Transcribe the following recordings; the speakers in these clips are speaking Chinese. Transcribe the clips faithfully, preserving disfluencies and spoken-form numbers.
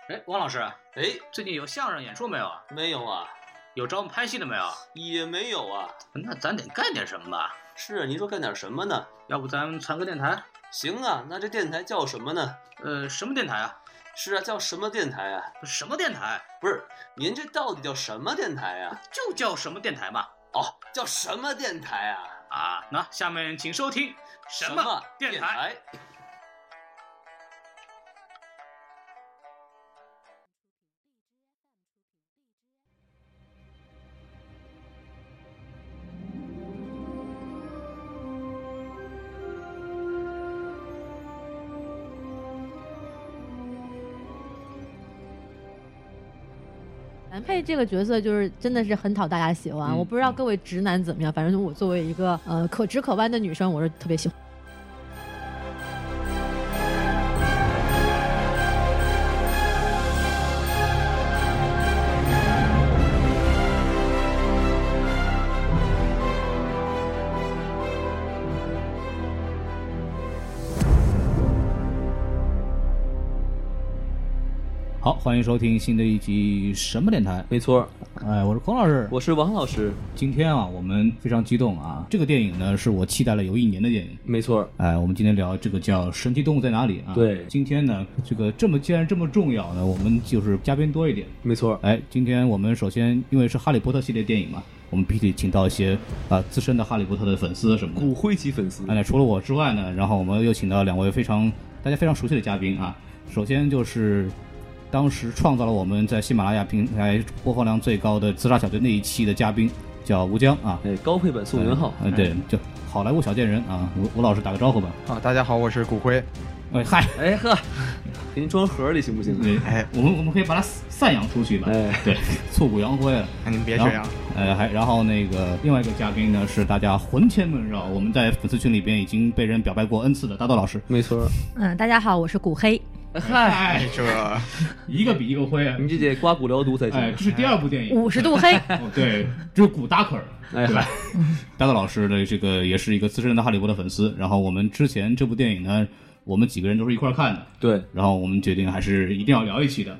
哎，王老师， 哎， 最近有相声演出没有啊？ 没有啊。 有找我们拍戏的没有？ 也没有啊。 那咱得干点什么吧？ 是啊，您说干点什么呢？ 要不咱传个电台？ 行啊，那这电台叫什么呢？ 呃，什么电台啊？ 是啊，叫什么电台啊？ 什么电台？ 不是，您这到底叫什么电台啊？ 就叫什么电台嘛。 哦，叫什么电台啊？ 啊，那下面请收听什么电台？ 电台男配这个角色就是真的是很讨大家喜欢、嗯、我不知道各位直男怎么样，反正我作为一个呃可直可弯的女生，我是特别喜欢。 好，欢迎收听新的一集什么电台？ 没错， 哎，我是孔老师， 我是王老师。 今天啊，我们非常激动啊！这个电影呢，是我期待了有一年的电影。 没错， 哎，我们今天聊这个叫《神奇动物在哪里》啊。 对， 今天呢，这个这么既然这么重要呢，我们就是嘉宾多一点。 没错， 哎，今天我们首先因为是哈利波特系列电影嘛，我们必须请到一些啊、呃、资深的哈利波特的粉丝什么的， 骨灰级粉丝。 哎，除了我之外呢，然后我们又请到两位非常大家非常熟悉的嘉宾啊。首先就是当时创造了我们在喜马拉雅平台播放量最高的自杀小队那一期的嘉宾，叫吴江啊， 哎，高配版宋元浩， 嗯、呃，对，就好莱坞小贱人啊，吴吴老师打个招呼吧。 啊，大家好，我是骨灰。 哎嗨， 哎呵，给您装盒里行不行？ 对，哎，我们我们可以把它散养出去吧。哎，对，挫骨扬灰了。 哎，您别这样。 呃，还然后那个另外一个嘉宾呢是大家魂牵梦绕，我们在粉丝群里边已经被人表白过 N 次的大豆老师。 没错。 嗯，大家好，我是骨黑。 嗨， 这一个比一个灰啊！ 你这得刮骨疗毒才行。 哎，这是第二部电影， 五十度黑。 哦，对，这是古达克尔， 哎， 对吧？大豆老师的这个也是一个资深的哈利波特粉丝。然后我们之前这部电影呢，我们几个人都是一块看的， 对。 然后我们决定还是一定要聊一期的。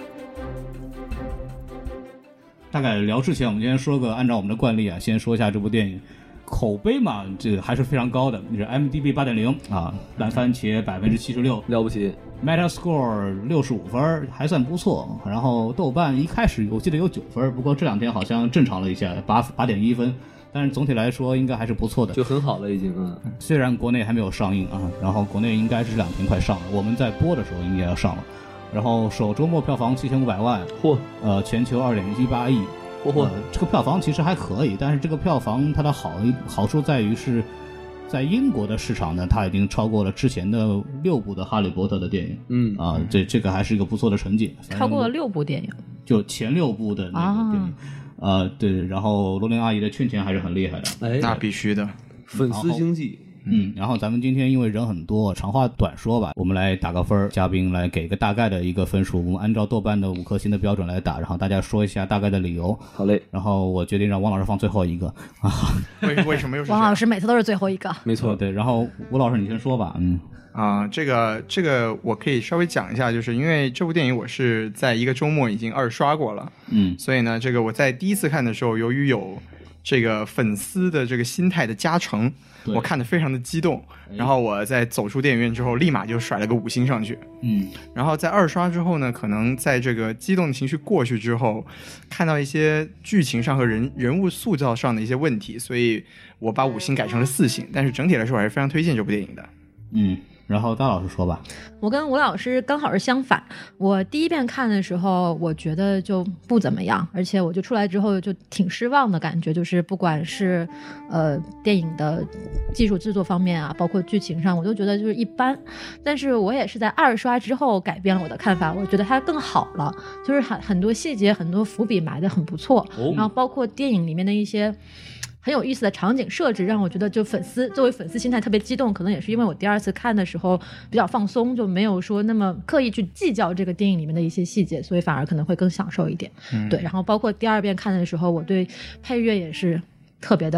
大概聊之前，我们先说个，按照我们的惯例啊，先说一下这部电影。口碑嘛，这个还是非常高的，是 M D B 八点零 啊，烂番茄百分之七十六， 了不起。 Metascore 六十五分，还算不错。然后豆瓣一开始我记得有九分，不过这两天好像正常了一下，八八点一分。但是总体来说应该还是不错的， 就很好了已经。嗯， 虽然国内还没有上映啊，然后国内应该是这两天快上了，我们在播的时候应该要上了。然后首周末票房七千五百万， 嚯， 呃，全球二点一八亿。 嚯嚯、 呃，这个票房其实还可以，但是这个票房它的好好处在于是，在英国的市场呢，它已经超过了之前的六部的哈利波特的电影。 嗯啊，这这个还是一个不错的成绩。 超过了六部电影， 就前六部的那个电影。啊、呃，对，然后罗琳阿姨的圈钱还是很厉害的。 哎， 那必须的， 粉丝经济。 嗯，然后咱们今天因为人很多，长话短说吧，我们来打个分，嘉宾来给个大概的一个分数，我们按照豆瓣的五颗星的标准来打，然后大家说一下大概的理由。 好嘞。 然后我决定让王老师放最后一个啊。 为为什么又是王老师每次都是最后一个？ 没错， 对。然后吴老师你先说吧。嗯。 啊、呃，这个这个我可以稍微讲一下，就是因为这部电影我是在一个周末已经二刷过了， 嗯， 所以呢，这个我在第一次看的时候，由于有这个粉丝的这个心态的加成，我看得非常的激动，然后我在走出电影院之后立马就甩了个五星上去。 嗯， 然后在二刷之后呢，可能在这个激动的情绪过去之后，看到一些剧情上和人人物塑造上的一些问题，所以我把五星改成了四星，但是整体来说我还是非常推荐这部电影的。 嗯，然后大老师说吧。 我跟吴老师刚好是相反，我第一遍看的时候我觉得就不怎么样，而且我就出来之后就挺失望的感觉，就是不管是呃电影的技术制作方面啊，包括剧情上，我都觉得就是一般。但是我也是在二刷之后改变了我的看法，我觉得它更好了，就是很很多细节很多伏笔埋得很不错、哦、然后包括电影里面的一些很有意思的场景设置，让我觉得就粉丝作为粉丝心态特别激动，可能也是因为我第二次看的时候比较放松，就没有说那么刻意去计较这个电影里面的一些细节，所以反而可能会更享受一点、嗯、对。然后包括第二遍看的时候，我对配乐也是特别的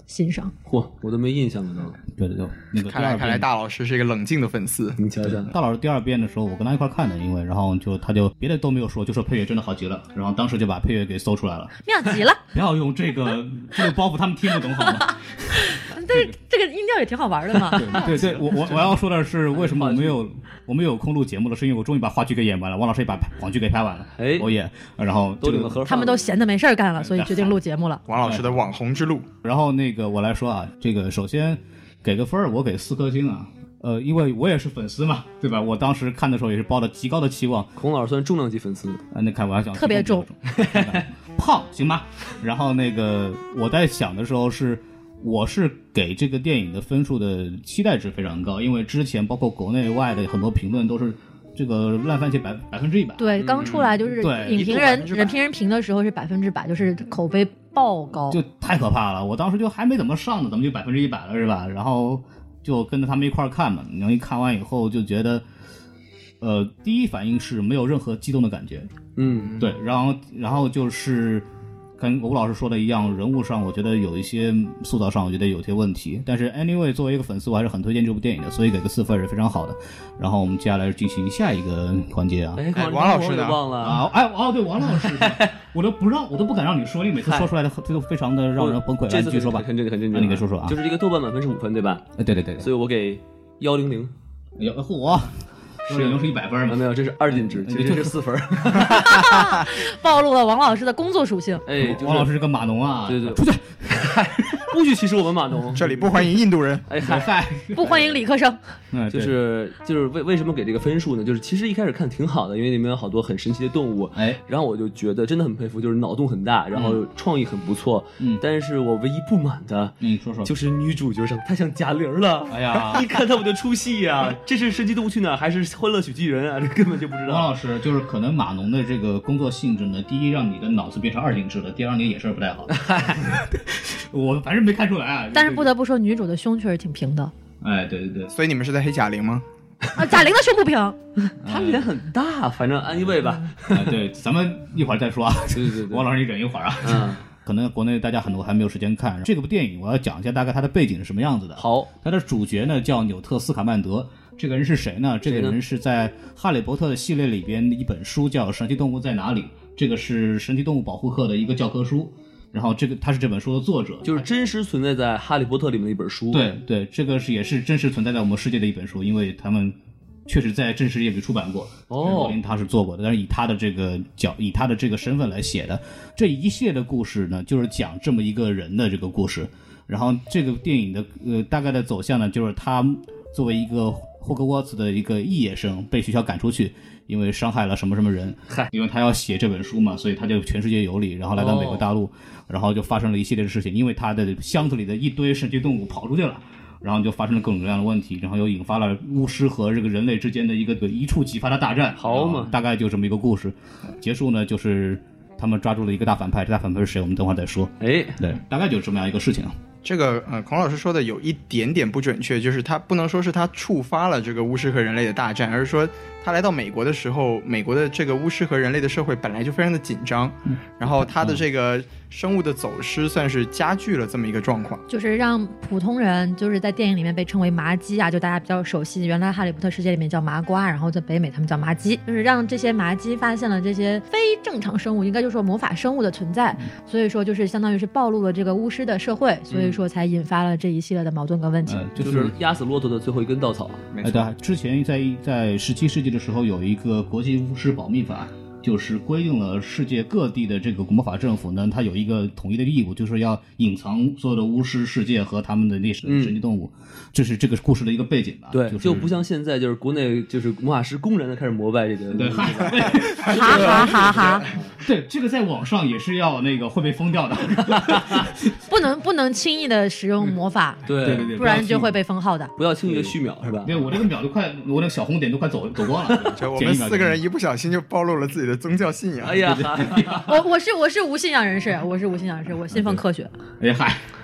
欣赏。 嚯，我都没印象了都。 对对对，那个看来看来大老师是一个冷静的粉丝。 你瞧瞧， 大老师第二遍的时候，我跟他一块看的，因为然后就他就别的都没有说，就说配乐真的好极了，然后当时就把配乐给搜出来了。 妙极了！ 不要用这个这个包袱，他们听不懂好吗？ 但是这个音调也挺好玩的嘛。 对对，我我我要说的是，为什么我没有我没有空录节目了？是因为我终于把话剧给演完了，王老师也把网剧给拍完了。 哎， 我也，然后都领了盒饭了， 他们都闲的没事儿干了，所以决定录节目了。 王老师的网红之路。 然后那个我来说啊，这个首先给个分儿，我给四颗星啊。呃，因为我也是粉丝嘛，对吧？我当时看的时候也是抱着极高的期望。 孔老师算重量级粉丝啊，那看我还想特别重， 胖行吗？然后那个我在想的时候是，我是给这个电影的分数的期待值非常高，因为之前包括国内外的很多评论都是这个烂番茄百百分之一百。 对，刚出来就是影评人、人评人评的时候是百分之百，就是口碑爆高， 就太可怕了。我当时就还没怎么上呢，怎么就百分之一百了是吧？然后就跟着他们一块儿看嘛，然后一看完以后就觉得，呃，第一反应是没有任何激动的感觉， 嗯， 对，然后然后就是跟吴老师说的一样，人物上我觉得有一些塑造上我觉得有些问题，但是 anyway 作为一个粉丝我还是很推荐这部电影的，所以给个四分是非常好的。然后我们接下来进行下一个环节啊， 哎， 王老师的忘了啊，哎哦对，王老师，我都不让我都不敢让你说，你每次说出来的都非常的让人崩溃。 这次你说吧， 很正经很正经， 你给说说啊， 就是这个豆瓣满分是五分对吧？ 哎，对对对， 所以我给幺零零。 有嚯，幺零零是一百分吗？ 没有，这是二进制，其实是四分。 暴露了王老师的工作属性。 哎， 王老师是个码农啊， 对对， 出去。 不许歧视我们码农， 这里不欢迎印度人。 哎嗨， 不欢迎理科生。 嗯， 就是就是为为什么给这个分数呢？就是其实一开始看挺好的，因为里面有好多很神奇的动物， 哎， 然后我就觉得真的很佩服，就是脑洞很大，然后创意很不错。 嗯， 但是我唯一不满的， 你说说， 就是女主角上太像贾玲了。 哎呀， 一看她我就出戏呀，这是神奇动物去哪儿还是欢乐喜剧人啊？这根本就不知道。 王老师就是可能码农的这个工作性质呢，第一让你的脑子变成二进制了，第二你眼神不太好。我反正没看出来啊。 但是不得不说，女主的胸确实挺平的。 哎，对对对， 所以你们是在黑贾玲吗？ 啊，贾玲的胸不平， 她脸很大，反正安一位吧。 哎，对，咱们一会儿再说啊。 对对对， 王老师你忍一会儿啊。 嗯， 可能国内大家很多还没有时间看这部电影，我要讲一下大概它的背景是什么样子的。 好， 它的主角呢叫纽特·斯卡曼德，这个人是谁呢？这个人是在《哈利波特》的系列里边的一本书叫《神奇动物在哪里》，这个是神奇动物保护课的一个教科书。然后这个他是这本书的作者， 就是真实存在在《哈利波特》里面的一本书。 对对，这个是也是真实存在在我们世界的一本书，因为他们确实在真实世界里出版过。 哦， 他是做过的，但是以他的这个角，以他的这个身份来写的这一系列的故事呢，就是讲这么一个人的这个故事。然后这个电影的呃大概的走向呢，就是他作为一个霍格沃茨的一个肄业生被学校赶出去。因为伤害了什么什么人，因为他要写这本书嘛，所以他就全世界游历，然后来到美国大陆，哦、然后就发生了一系列的事情。因为他的箱子里的一堆神奇动物跑出去了，然后就发生了各种各样的问题，然后又引发了巫师和这个人类之间的一个一触即发的大战。 好嘛， 大概就这么一个故事。结束呢，就是他们抓住了一个大反派，这大反派是谁？我们等会儿再说。 哎， 对，大概就是这么样一个事情啊。 这个呃，孔老师说的有一点点不准确，就是他不能说是他触发了这个巫师和人类的大战，而是说他来到美国的时候，美国的这个巫师和人类的社会本来就非常的紧张，嗯、然后他的这个生物的走失算是加剧了这么一个状况， 就是让普通人就是在电影里面被称为麻鸡啊，就大家比较熟悉，原来哈利波特世界里面叫麻瓜，然后在北美他们叫麻鸡，就是让这些麻鸡发现了这些非正常生物，应该就是说魔法生物的存在，嗯、所以说就是相当于是暴露了这个巫师的社会，所以说才引发了这一系列的矛盾跟问题， 呃、就, 就是压死骆驼的最后一根稻草。 没错， 呃、之前在在十七世纪的时候有一个国际巫师保密法。就是规定了世界各地的这个魔法政府呢，它有一个统一的义务，就是要隐藏所有的巫师世界和他们的历史神奇动物，嗯、这是这个故事的一个背景吧。 对， 就是、 就不像现在，就是国内就是魔法师公然的开始膜拜这个。 对，哈哈哈哈。 对，这个在网上也是要那个会被封掉的， 不能不能轻易的使用魔法， 对对对， 不然就会被封号的。 不要轻易的续秒是吧？ 对，我这个秒都快，我那个小红点都快走走光了。 就我们四个人一不小心就暴露了自己的宗教信仰。 哎呀， 我我是我是无信仰人士，我是无信仰人士，我信奉科学。 哎嗨，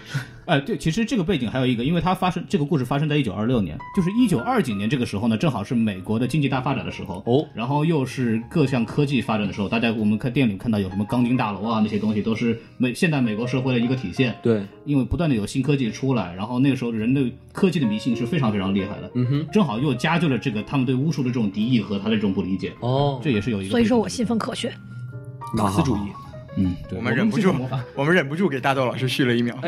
哎，对，其实这个背景还有一个，因为它发生这个故事发生在一九二六年，就是一九二几年这个时候呢，正好是美国的经济大发展的时候哦， 然后又是各项科技发展的时候，大家我们看电影里看到有什么钢筋大楼啊那些东西，都是美现代美国社会的一个体现。 对， 因为不断的有新科技出来，然后那个时候人的科技的迷信是非常非常厉害的， 嗯哼， 正好又加剧了这个他们对巫术的这种敌意和他的这种不理解。 哦， 这也是有一个。 所以说我信奉科学。 马克思主义。 嗯，对， 我们忍不住，我们忍不住给大豆老师续了一秒。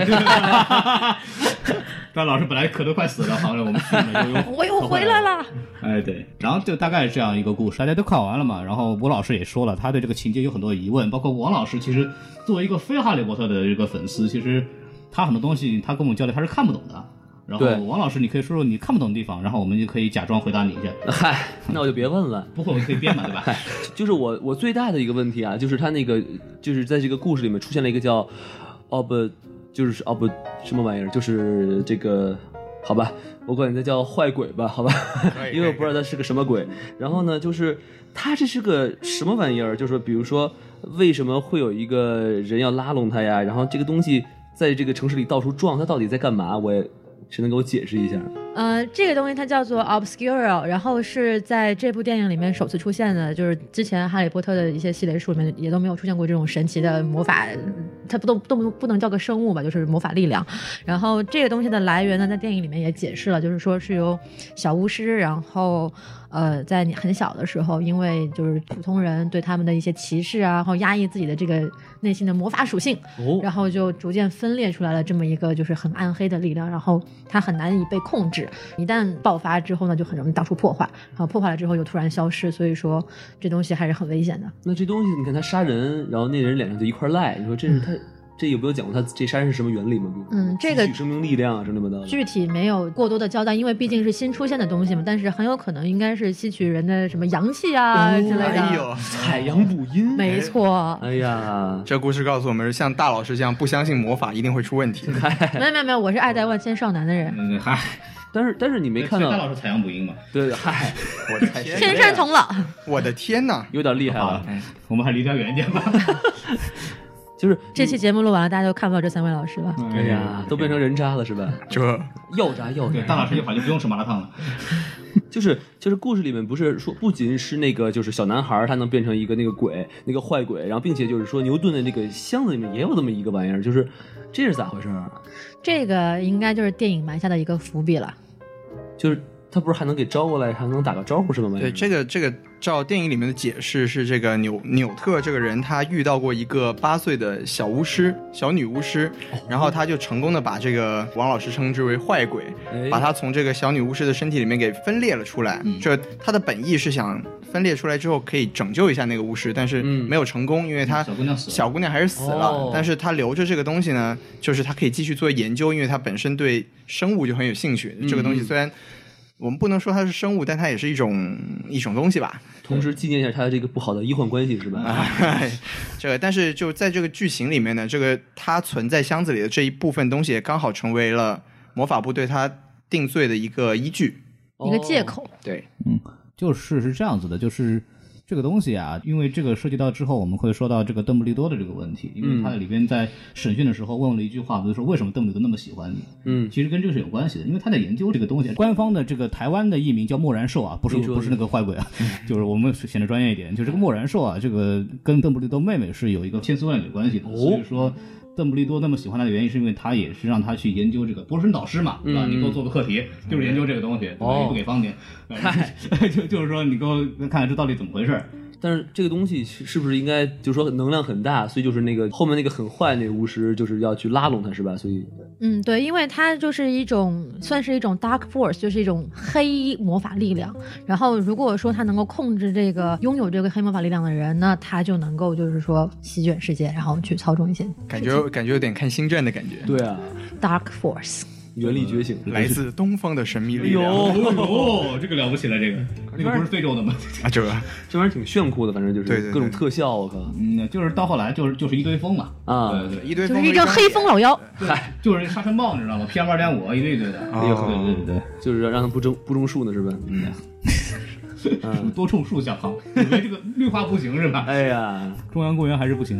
大豆老师本来咳得快死了，好像我们续了又又我又回来了。 哎，对，然后就大概是这样一个故事，大家都看完了嘛。然后吴老师也说了，他对这个情节有很多疑问，包括王老师其实作为一个非哈利波特的这个粉丝，其实他很多东西他跟我们交流他是看不懂的。然后王老师，你可以说说你看不懂的地方，然后我们就可以假装回答你一下。 嗨，那我就别问了， 不会，我可以编嘛，对吧？ 就是我我最大的一个问题啊，就是他那个就是在这个故事里面出现了一个叫 ob， 就是 ob 什么玩意儿，就是这个好吧，我管它叫坏鬼吧，好吧，因为我不知道它是个什么鬼。然后呢，就是他这是个什么玩意儿？就是说，比如说为什么会有一个人要拉拢他呀？然后这个东西在这个城市里到处撞，他到底在干嘛？我也。谁能给我解释一下？ 呃，这个东西它叫做 Obscura， 然后是在这部电影里面首次出现的，就是之前哈利波特的一些系列书里面也都没有出现过这种神奇的魔法，它不都都不能叫个生物吧，就是魔法力量。然后这个东西的来源呢，在电影里面也解释了，就是说是由小巫师，然后呃，在你很小的时候，因为就是普通人对他们的一些歧视啊，然后压抑自己的这个内心的魔法属性， 哦， 然后就逐渐分裂出来了这么一个就是很暗黑的力量，然后它很难以被控制，一旦爆发之后呢，就很容易到处破坏，然后破坏了之后又突然消失，所以说这东西还是很危险的。 那这东西你看他杀人，然后那人脸上就一块赖，你说这是他、嗯、这有没有讲过他这杀人是什么原理吗？ 嗯，这个汲取生命力量啊，这乱七八糟的。 具体没有过多的交代，因为毕竟是新出现的东西嘛，但是很有可能应该是吸取人的什么阳气啊、哦、之类的。 哎呦， 采阳补阴， 没错。 哎呀， 这故事告诉我们，像大老师这样不相信魔法一定会出问题。 没有没有没有，我是爱戴万千少男的人。 嗯，嗨。 但是但是你没看到大老师采阳补阴嘛？ 对，嗨， 我的天， 天山童姥， 我的天哪， 有点厉害了。 我们还离他远一点吧。 就是这期节目录完了，大家都看不到这三位老师了。 哎呀，都变成人渣了是吧？ 这又渣又渣。 大老师一会儿就不用吃麻辣烫了。 就是就是故事里面不是说不仅是那个就是小男孩他能变成一个那个鬼那个坏鬼，然后并且就是说牛顿的那个箱子里面也有这么一个玩意儿，就是这是咋回事啊？ 这个应该就是电影埋下的一个伏笔了。 就是他不是还能给招过来，还能打个招呼是吗？ 对，这个这个照电影里面的解释是，这个纽纽特这个人他遇到过一个八岁的小巫师，小女巫师，然后他就成功的把这个王老师称之为坏鬼， 哎、 把他从这个小女巫师的身体里面给分裂了出来。嗯、这他的本意是想分裂出来之后可以拯救一下那个巫师，但是没有成功，因为他小姑娘死了， 小姑娘还是死了。 哦、 但是他留着这个东西呢，就是他可以继续做研究，因为他本身对生物就很有兴趣。 嗯、 这个东西虽然我们不能说它是生物，但它也是一种一种东西吧。 同时纪念一下他这个不好的医患关系是吧？ 这个，但是就在这个剧情里面呢，这个它存在箱子里的这一部分东西，也刚好成为了魔法部对他定罪的一个依据， 一个借口。 哦、对， 嗯，就是是这样子的，就是这个东西啊，因为这个涉及到之后我们会说到这个邓布利多的这个问题，因为他里边在审讯的时候问了一句话，比如说为什么邓布利多那么喜欢你？嗯，其实跟这个是有关系的，因为他在研究这个东西。官方的这个台湾的译名叫默然兽啊，不是不是那个坏鬼啊，就是我们显得专业一点，就这个默然兽啊，这个跟邓布利多妹妹是有一个千丝万缕关系的，所以说。邓布利多那么喜欢他的原因，是因为他也是让他去研究这个博士生导师嘛，对吧？嗯、你给我做个课题，就是研究这个东西，对吧？ 哦、 也不给方点，就就是说你给我看看这到底怎么回事。 但是这个东西是不是应该就是说能量很大，所以就是那个后面那个很坏那个巫师就是要去拉拢他是吧？所以嗯对，因为它就是一种算是一种 dark force， 就是一种黑魔法力量。然后如果说他能够控制这个拥有这个黑魔法力量的人，那他就能够就是说席卷世界，然后去操纵一些感觉感觉有点看星战的感觉。 对啊 ，dark force。 原力觉醒， 来自东方的神秘力量。 哦呦，这个了不起了，这个那个不是非洲的吗？ 啊，这个这玩意儿挺炫酷的，反正就是各种特效，我靠。 嗯，就是到后来就是就是一堆风嘛。 啊， 对对， 一堆风， 就是一张黑风老妖。 嗨，就是沙尘暴，你知道吗 ？P M 二点五一堆一堆的。 哎呦， 对对对， 就是让他不种不种树呢，是吧？ 嗯。多种树小行，以为这个绿化不行是吧？ 哎呀， 中央公园还是不行。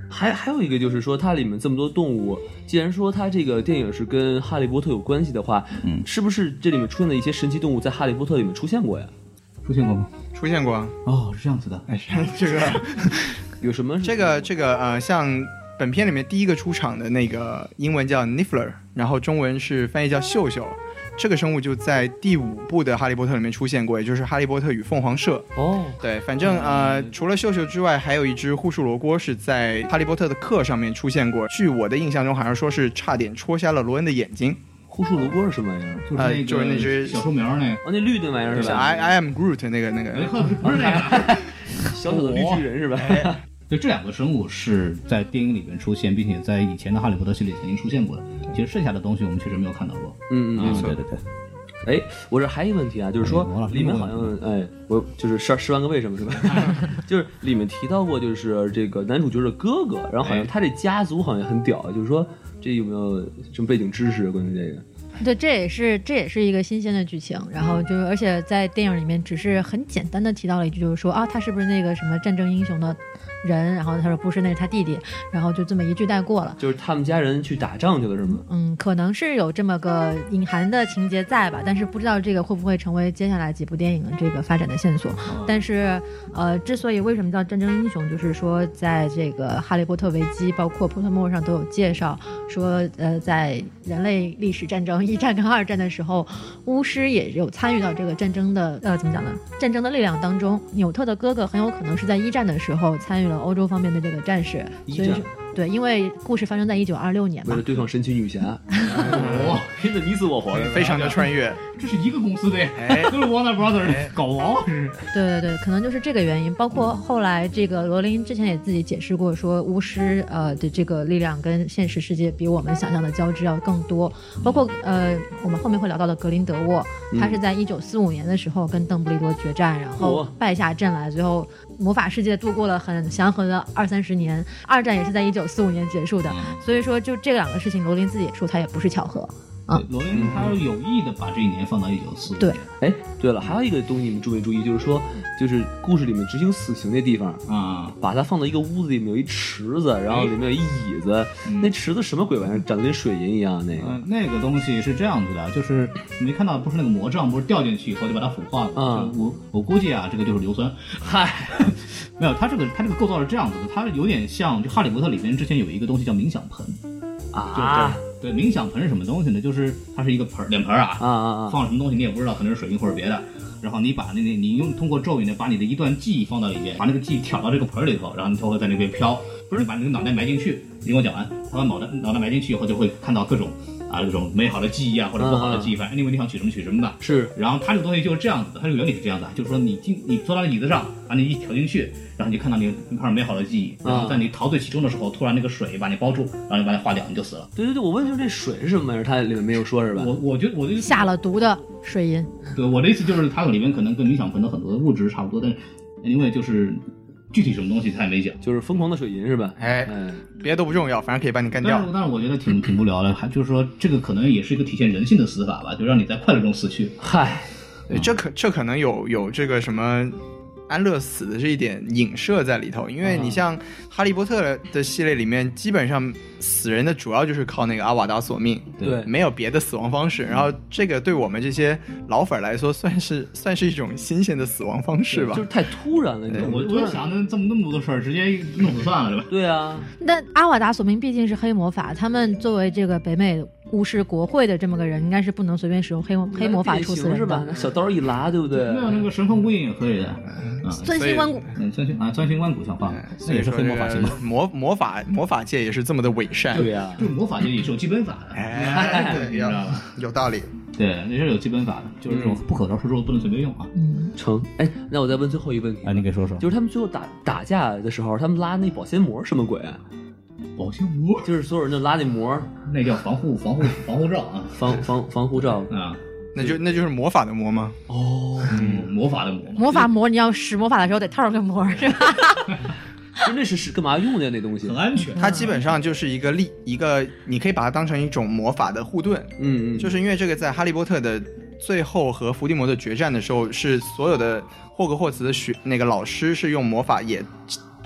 还还有一个就是说，它里面这么多动物，既然说它这个电影是跟哈利波特有关系的话， 嗯， 是不是这里面出现的一些神奇动物在哈利波特里面出现过呀？ 出现过吗？ 出现过啊。 哦，是这样子的。 哎，这个有什么？ 这个这个呃，像本片里面第一个出场的那个英文叫 Niffler， 然后中文是翻译叫秀秀。这个生物就在第五部的《哈利波特》里面出现过，也就是《哈利波特与凤凰社》。 哦， 对，反正呃，除了秀秀之外，还有一只护树罗锅是在《哈利波特》的课上面出现过。据我的印象中，好像说是差点戳瞎了罗恩的眼睛。 护树罗锅是什么玩意儿？ 就是那个、 呃就是那只小树苗那个。 哦，那绿的玩意儿就是是吧 I I am Groot 那个那个。 不是那个。 小小的绿巨人是吧？ 就这两个生物是在电影里面出现，并且在以前的《哈利波特》系列曾经出现过的。其实剩下的东西我们确实没有看到过。 嗯嗯， 没错、嗯，对对对。 哎，我这还有一个问题啊，就是说里面好像哎，我就是十十万个为什么是吧？就是里面提到过，就是这个男主角的哥哥，然后好像他这家族好像很屌，就是说这有没有什么背景知识关于这个？ 对，这也是这也是一个新鲜的剧情，然后就而且在电影里面只是很简单的提到了一句，就是说啊，他是不是那个什么战争英雄的人？然后他说不是，那是他弟弟，然后就这么一句带过了。 就是他们家人去打仗去了是吗？ 嗯，可能是有这么个隐含的情节在吧，但是不知道这个会不会成为接下来几部电影的这个发展的线索。但是呃，之所以为什么叫战争英雄，就是说在这个哈利波特维基包括波特莫上都有介绍说，呃，在人类历史战争一战跟二战的时候，巫师也有参与到这个战争的呃怎么讲呢？战争的力量当中。纽特的哥哥很有可能是在一战的时候参与了欧洲方面的这个战事，所以对，因为故事发生在一九二六年嘛， 为了对抗神奇女侠，哇，拼得你死我活的， 非常的穿越。 这是一个公司的，哎，都是 Warner Brothers 搞王，是。 对对对，可能就是这个原因。包括后来这个罗琳之前也自己解释过，说巫师呃的这个力量跟现实世界比我们想象的交织要更多。包括呃我们后面会聊到的格林德沃，他是在一九四五年的时候跟邓布利多决战，然后败下阵来，最后魔法世界度过了很祥和的二三十年。二战也是在一九四五年结束的，所以说就这两个事情，罗琳自己也说他也不是巧合。啊， 罗琳他有意的把这一年放到一九四五。 对， 哎，对了，还有一个东西你们注没注意，就是说，就是故事里面执行死刑那地方啊， 把它放到一个屋子里面，有一池子，然后里面有一椅子，嗯、那池子什么鬼玩意儿，长得跟水银一样。那个、 呃、那个东西是这样子的，就是你没看到，不是那个魔杖不是掉进去以后就把它腐化了。 嗯， 我我估计啊，这个就是硫酸。 嗨， 没有，它这个它这个构造是这样子的，它有点像就哈利波特里面之前有一个东西叫冥想盆。 啊， 对，冥想盆是什么东西呢？就是它是一个盆脸盆啊， 啊啊啊， 放了什么东西你也不知道，可能是水银或者别的。然后你把那个你用通过咒语呢，把你的一段记忆放到里面，把那个记忆挑到这个盆里头，然后你就会在那边飘。不是把你的脑袋埋进去，你跟我讲完，他把脑袋脑袋埋进去以后，就会看到各种啊这种美好的记忆啊，或者不好的记忆，反正因为你想取什么取什么的。 是。 然后它这个东西就是这样子的，它这个原理是这样的，就是说你进你坐到椅子上，把你一挑进去，然后你就看到你一块美好的记忆，然后在你陶醉其中的时候，突然那个水把你包住，然后你把你化掉，你就死了。 对对对，我问就是这水是什么玩意儿，它里面没有说是吧？ 我我觉得我的下了毒的水银。 对，我的意思就是它里面可能跟冥想盆的很多的物质差不多，但是因为就是具体什么东西他也没讲， 就是疯狂的水银是吧？ 哎，哎别的都不重要，反正可以把你干掉。 但是但是我觉得挺挺无聊的，还就是说这个可能也是一个体现人性的死法吧，就让你在快乐中死去。 嗨， 对，这可这可能有有这个什么安乐死的这一点影射在里头，因为你像哈利波特的系列里面，基本上死人的主要就是靠那个阿瓦达索命， 对， 没有别的死亡方式。然后这个对我们这些老粉来说，算是算是一种新鲜的死亡方式吧， 就是太突然了。 我我就想，那这么那么多的事儿，直接弄死算了，是吧？ 对啊， 但阿瓦达索命毕竟是黑魔法，他们作为这个北美巫师国会的这么个人，应该是不能随便使用黑黑魔法处死人是吧？小刀一拉，对不对？ 没有那个神风无影也可以的。 嗯，钻心弯骨， 嗯，钻心啊，钻心弯骨像话，那也是黑魔法行吗？ 魔魔法魔法界也是这么的伪善。 对呀，就魔法界也是有基本法的， 哎，对，你知道吧？有道理。 对，那是有基本法的，就是这种不可饶恕之物不能随便用啊。 嗯， 成。哎，那我再问最后一个问题啊，你给说说， 就是他们最后打打架的时候，他们拉那保鲜膜什么鬼啊？ 保鲜膜就是所有人就拉那膜， 那叫防护防护防护罩啊， 防防防护罩啊。 那就那就是魔法的魔吗？ 哦， 嗯，魔法的魔， 魔法魔，你要使魔法的时候得套上个膜，是吧？ 就那是是干嘛用的那东西？ 很安全。 它基本上就是一个力，一个你可以把它当成一种魔法的护盾。 嗯嗯， 就是因为这个在哈利波特的最后和伏地魔的决战的时候，是所有的霍格霍茨的学那个老师是用魔法也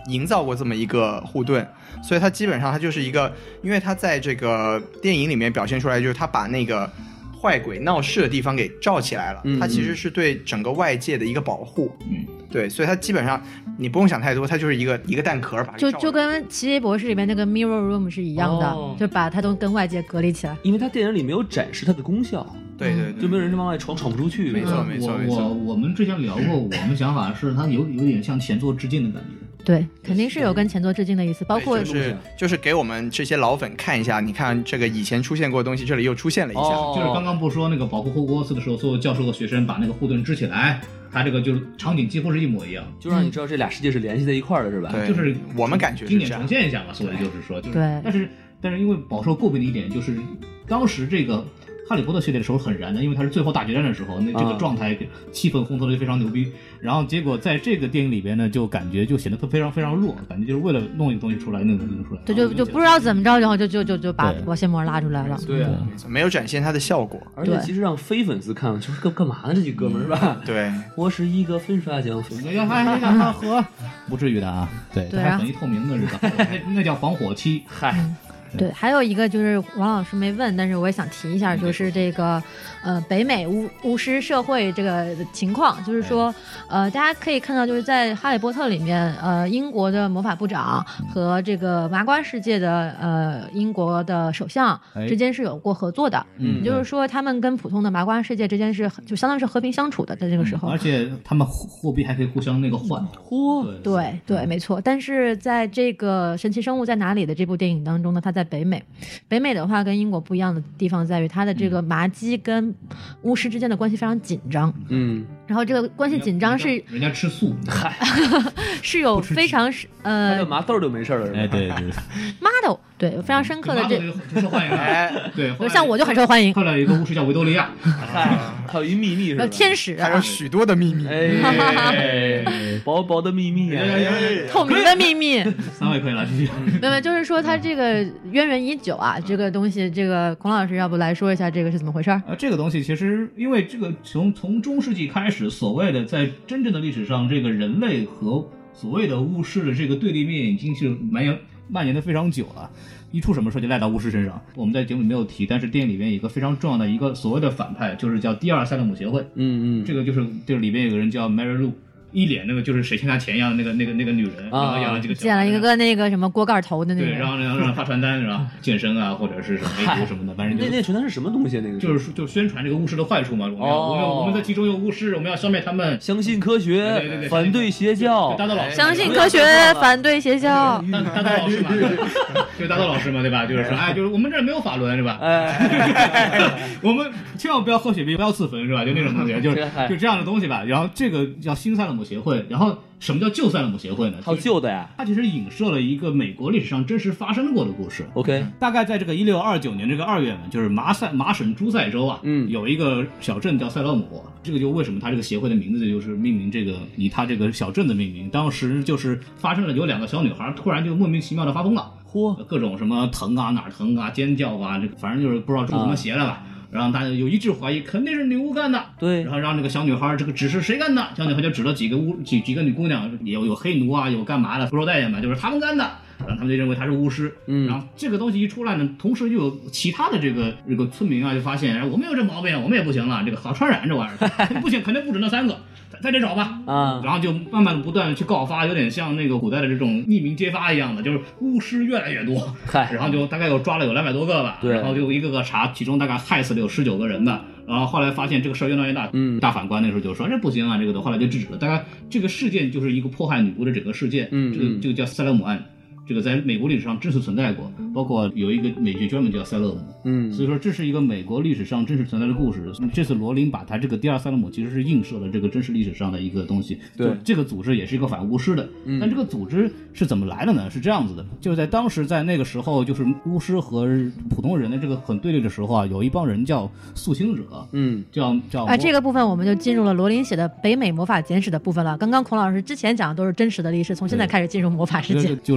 营造过这么一个护盾，所以他基本上他就是一个，因为他在这个电影里面表现出来，就是他把那个坏鬼闹事的地方给罩起来了， 嗯、 他其实是对整个外界的一个保护。 嗯， 对，所以他基本上你不用想太多，他就是一个一个蛋壳把它就就跟奇异博士里面那个 Mirror Room 是一样的， 哦、 就把它都跟外界隔离起来。 因为他电影里没有展示它的功效。 对对对， 就没有人往外闯，闯不出去。 没错没错没错。 我我们之前聊过，我们想法是它有有点向前作致敬的感觉。 对，肯定是有跟前作致敬的意思，包括就是就是给我们这些老粉看一下，你看这个以前出现过的东西，这里又出现了一下。 哦、 就是刚刚不说那个保护霍格沃茨的时候，所有教授和学生把那个护盾支起来，它这个就是场景几乎是一模一样， 就让你知道这俩世界是联系在一块儿的，是吧？ 对， 就是我们感觉经典重现一下嘛，所以就是说，就是对， 但是但是因为饱受诟病的一点就是，当时这个。哈利波特系列的时候很燃的，因为它是最后大决战的时候，那这个状态、气氛烘托的非常牛逼。然后结果在这个电影里边呢，就感觉就显得非常非常弱，感觉就是为了弄一个东西出来，弄一个东西出来， 对，就就不知道怎么着，然后就就就就把保鲜膜拉出来了。 对啊， 没有展现它的效果。 而且其实让非粉丝看，就是干干嘛呢？这几哥们儿是吧？ 对， 我是一个粉刷匠，粉刷匠和不至于的啊。对， 对， 还粉一透明的是吧？那那叫防火漆。 嗨。 对，还有一个就是王老师没问，但是我也想提一下，就是这个呃北美巫巫师社会这个情况，就是说呃大家可以看到，就是在《哈利波特》里面，呃英国的魔法部长和这个麻瓜世界的呃英国的首相之间是有过合作的， 嗯， 也就是说他们跟普通的麻瓜世界之间是就相当于是和平相处的，在这个时候， 而且他们货币还可以互相那个换， 嚯， 对对没错。但是在这个《神奇生物在哪里》的这部电影当中呢，它在北美，北美的话跟英国不一样的地方在于它的这个麻鸡跟巫师之间的关系非常紧张， 嗯， 然后这个关系紧张是人家吃素， 嗨， 是有非常呃， 他叫麻豆就没事了，是吧？ 哎，对对， 麻豆对非常深刻的这受欢迎，哎，对， 像我就很受欢迎。 后来有一个巫师叫维多利亚， 嗨，还有一秘密是吧？ 天使， 还有许多的秘密， 哎，薄薄的秘密啊， 透明的秘密， 三位可以了，继续。 没有，就是说他这个渊源已久啊，这个东西，这个孔老师要不来说一下这个是怎么回事？ 啊，这个东西其实因为这个从从中世纪开始，所谓的在真正的历史上，这个人类和所谓的巫师的这个对立面已经是蔓延蔓延的非常久了。一出什么事就赖到巫师身上。我们在节目里没有提，但是电影里面有一个非常重要的一个所谓的反派，就是叫第二塞勒姆协会。 嗯嗯， 这个就是就是里边有个人叫 Mary Lou。一脸那个就是谁欠他钱一样的那个那个那个女人，然后养了这个建了一个个那个什么锅盖头的那个， 对，然后然后让发传单是吧？健身啊，或者是什么美图什么的，反正那那传单是什么东西？那个就是就宣传这个巫师的坏处嘛。我们要我们我们在其中有巫师，我们要消灭他们。 相信科学， 对对对， 反对邪教。 大豆老师， 相信科学，反对邪教。 大大豆老师嘛，就是大豆老师嘛，对吧？就是说，哎，就是我们这儿没有法轮是吧？ 哎， 我们千万不要喝血碧，不要刺坟是吧？就那种东西，就是就这样的东西吧。然后这个叫新塞勒姆协会，然后。什么叫旧塞勒姆协会呢？ 还有旧的呀？ 它其实影射了一个美国历史上真实发生过的故事。 OK， 大概在这个一六二九年这个二月份，就是麻塞麻省诸塞州啊， 嗯， 有一个小镇叫塞勒姆。这个就为什么它这个协会的名字就是命名这个以它这个小镇的命名。当时就是发生了有两个小女孩突然就莫名其妙的发疯了， 嚯， 各种什么疼啊哪儿疼啊尖叫啊，这反正就是不知道中什么邪了吧。啊然后大家有一致怀疑肯定是女巫干的， 对， 然后让这个小女孩这个指是谁干的，小女孩就指了几个巫几几个女姑娘，有有黑奴啊，有干嘛的不受待见嘛，就是他们干的，然后他们就认为他是巫师， 嗯， 然后这个东西一出来呢，同时就有其他的这个这个村民啊就发现，哎，我们有这毛病，我们也不行了，这个好传染这玩意儿，不行，肯定不止那三个。再得找吧， 啊， 然后就慢慢的不断的去告发，有点像那个古代的这种匿名揭发一样的，就是巫师越来越多， 嗨， 然后就大概有抓了有两百多个吧， 对， 然后就一个个查，其中大概害死了有十九个人的，然后后来发现这个事儿越闹越大， 嗯， 大法官那时候就说这不行啊，这个的，后来就制止了。大概这个事件就是一个迫害女巫的整个事件， 嗯， 这个这个叫塞勒姆案。这个在美国历史上真实存在过，包括有一个美剧专门叫塞勒姆， 嗯， 所以说这是一个美国历史上真实存在的故事。这次罗琳把他这个第二塞勒姆其实是映射了这个真实历史上的一个东西。 对， 这个组织也是一个反巫师的， 嗯， 但这个组织是怎么来的呢？是这样子的，就在当时在那个时候，就是巫师和普通人的这个很对立的时候啊，有一帮人叫肃清者， 嗯， 叫叫啊，这个部分我们就进入了罗琳写的《北美魔法简史》的部分了。刚刚孔老师之前讲的都是真实的历史，从现在开始进入魔法世界， 就是有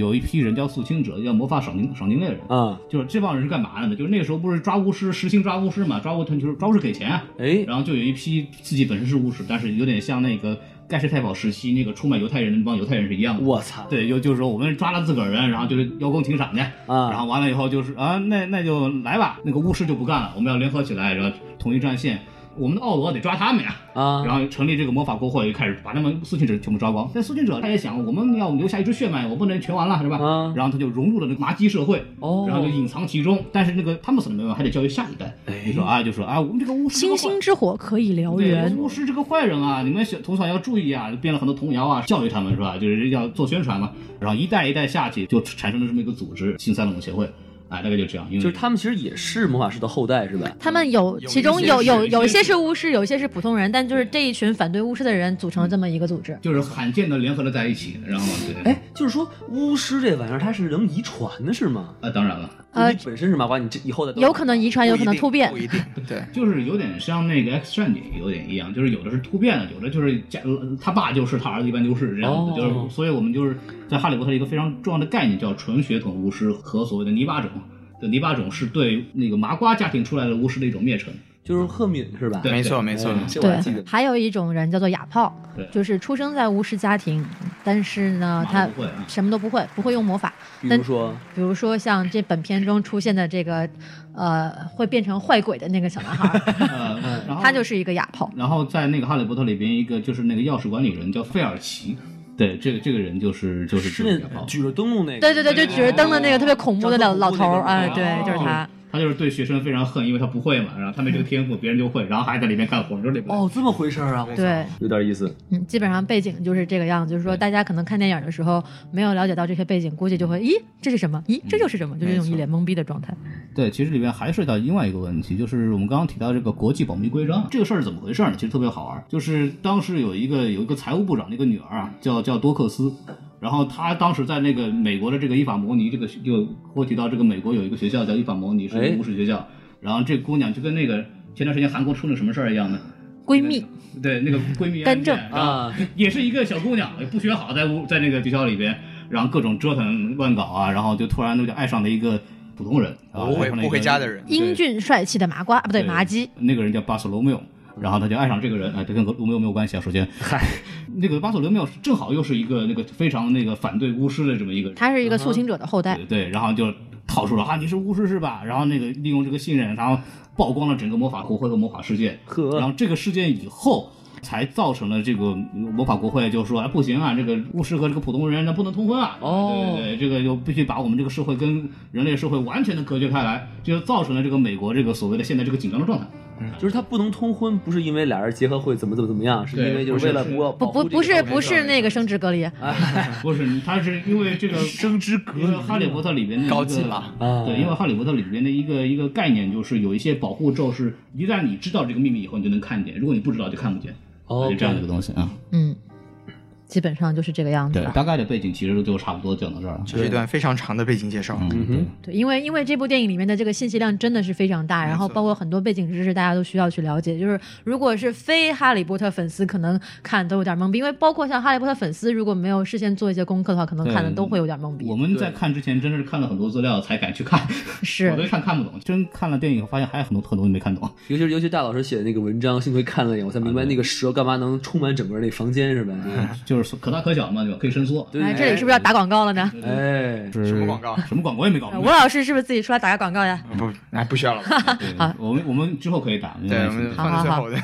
有一批人叫肃清者，叫魔法赏金赏金猎人啊， 就是这帮人是干嘛的呢？就是那个时候不是抓巫师实行抓巫师嘛，抓巫他就是抓巫师给钱， 哎， 然后就有一批自己本身是巫师，但是有点像那个盖世太保时期那个出卖犹太人的那帮犹太人是一样的。 我操！ 对，就就是说我们抓了自个儿人，然后就是邀功请赏去啊， 然后完了以后就是啊，那那就来吧，那个巫师就不干了，我们要联合起来，然后统一战线。我们的奥罗得抓他们呀， 啊， 然后成立这个魔法国会，开始把他们肃清者全部抓光。但肃清者他也想，我们要留下一支血脉，我不能全完了，是吧？ 啊， 然后他就融入了那个麻鸡社会， 哦， 然后就隐藏其中。但是那个他们死了没有，还得教育下一代。 哎， 你说啊，就说啊，我们这个巫师， 星星之火可以燎原， 巫师这个坏人啊，你们小从小要注意啊，编了很多童谣啊，教育他们是吧？就是要做宣传嘛。然后一代一代下去，就产生了这么一个组织——新塞隆协会。哎，大概就这样，因为就是他们其实也是魔法师的后代，是吧？ 他们有，其中有有有一些是巫师，有一些是普通人，但就是这一群反对巫师的人组成了这么一个组织， 就是罕见的联合了在一起。然后对， 哎，就是说巫师这玩意儿它是能遗传的，是吗？ 啊，当然了。 呃， 你本身是麻瓜，你这以后的有可能遗传，有可能突变， 不一定，对， 就是有点像那个 X 战警有点一样，就是有的是突变的，有的就是家他爸就是他儿子一般就是这样子， 哦、 就是所以我们就是在哈利波特一个非常重要的概念叫纯血统巫师和所谓的泥巴种。的泥巴种是对那个麻瓜家庭出来的巫师的一种灭城， 就是赫敏是吧？ 对， 没错没错。 对，还有一种人叫做哑炮，就是出生在巫师家庭，但是呢，他什么都不会，不会用魔法。 比如说， 比如说像这本片中出现的这个，呃，会变成坏鬼的那个小男孩， 呃，然后他就是一个哑炮。 然后在那个哈利波特里边，一个就是那个钥匙管理人叫费尔奇。对，这个这个人就是就是是那举着灯笼那个， 对对对，就举着灯的那个特别恐怖的老老头儿，哎，对，就是他。 他就是对学生非常恨，因为他不会嘛，然后他没这个天赋，别人就会，然后还在里面干活，就里面。 哦，这么回事啊？ 对， 有点意思。 嗯，基本上背景就是这个样子，就是说大家可能看电影的时候没有了解到这些背景，估计就会，咦，这是什么？咦，这就是什么？就是这种一脸懵逼的状态。 对，其实里面还涉及到另外一个问题，就是我们刚刚提到这个国际保密规章，这个事儿是怎么回事呢？其实特别好玩，就是当时有一个有一个财务部长的一个女儿啊，叫叫多克斯。然后他当时在那个美国的这个伊法摩尼，这个就会提到这个美国有一个学校叫伊法摩尼，是巫师学校。然后这姑娘就跟那个前段时间韩国出了什么事儿一样的， 闺蜜， 对那个闺蜜干政啊，也是一个小姑娘，也不学好，在屋在那个学校里边，然后各种折腾乱搞啊，然后就突然就爱上了一个普通人， 不回不回家的人， 英俊帅气的麻瓜，不对，麻鸡， 那个人叫巴索罗缪。然后他就爱上这个人，哎，这跟罗密欧没有关系啊。首先，嗨，那个巴索罗缪正好又是一个那个非常那个反对巫师的这么一个人， 他是一个肃清者的后代， 对对，然后就套出了啊，你是巫师是吧？然后那个利用这个信任，然后曝光了整个魔法国会和魔法世界。然后这个事件以后，才造成了这个魔法国会就说，哎，不行啊，这个巫师和这个普通人那不能通婚啊。 哦， 对对对，这个就必须把我们这个社会跟人类社会完全的隔绝开来，就造成了这个美国这个所谓的现在这个紧张的状态。 嗯，就是他不能通婚，不是因为俩人结合会怎么怎么怎么样，是因为就是为了不不不不是不是那个生殖隔离， 不是，他是因为这个生殖隔离。 哈利波特里边的高级了啊，对，因为哈利波特里边的一个一个概念就是有一些保护咒是，一旦你知道这个秘密以后，你就能看见；如果你不知道，就看不见。哦，这样的一个东西啊。 嗯。基本上就是这个样子。 对，大概的背景其实就差不多讲到这儿了。 这是一段非常长的背景介绍。 嗯哼， 对，因为因为这部电影里面的这个信息量真的是非常大，然后包括很多背景知识，大家都需要去了解。就是如果是非哈利波特粉丝，可能看都有点懵逼，因为包括像哈利波特粉丝，如果没有事先做一些功课的话，可能看的都会有点懵逼。 我们在看之前真的是看了很多资料才敢去看， 是我都看看不懂，真看了电影发现还有很多很多东西没看懂。 尤其是尤其大老师写的那个文章，幸亏看了一眼，我才明白那个蛇干嘛能充满整个那房间，是吧？ 就是可大可小嘛。对吧？可以伸缩。 哎，这里是不是要打广告了呢？ 哎， 什么广告？ 什么广告也没搞。 吴老师是不是自己出来打个广告呀？ 不，哎，不需要了。 好，我们我们之后可以打。 对，我们放在最后的。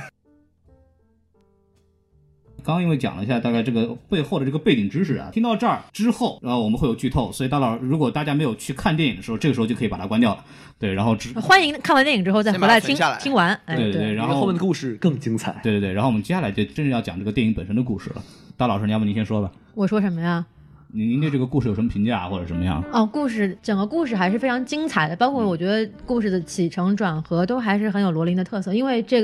刚刚因为讲了一下大概这个背后的这个背景知识啊，听到这儿之后，然后我们会有剧透，所以大佬如果大家没有去看电影的时候，这个时候就可以把它关掉了。对，然后只欢迎看完电影之后再回来听听完。 哎、对对对，然后后面的故事更精彩。 对对对，然后我们接下来就真正要讲这个电影本身的故事了。大老师，要不您先说吧？ 我说什么呀？ 您您对这个故事有什么评价或者什么样？ 哦，故事整个故事还是非常精彩的，包括我觉得故事的起承转合都还是很有罗琳的特色，因为这个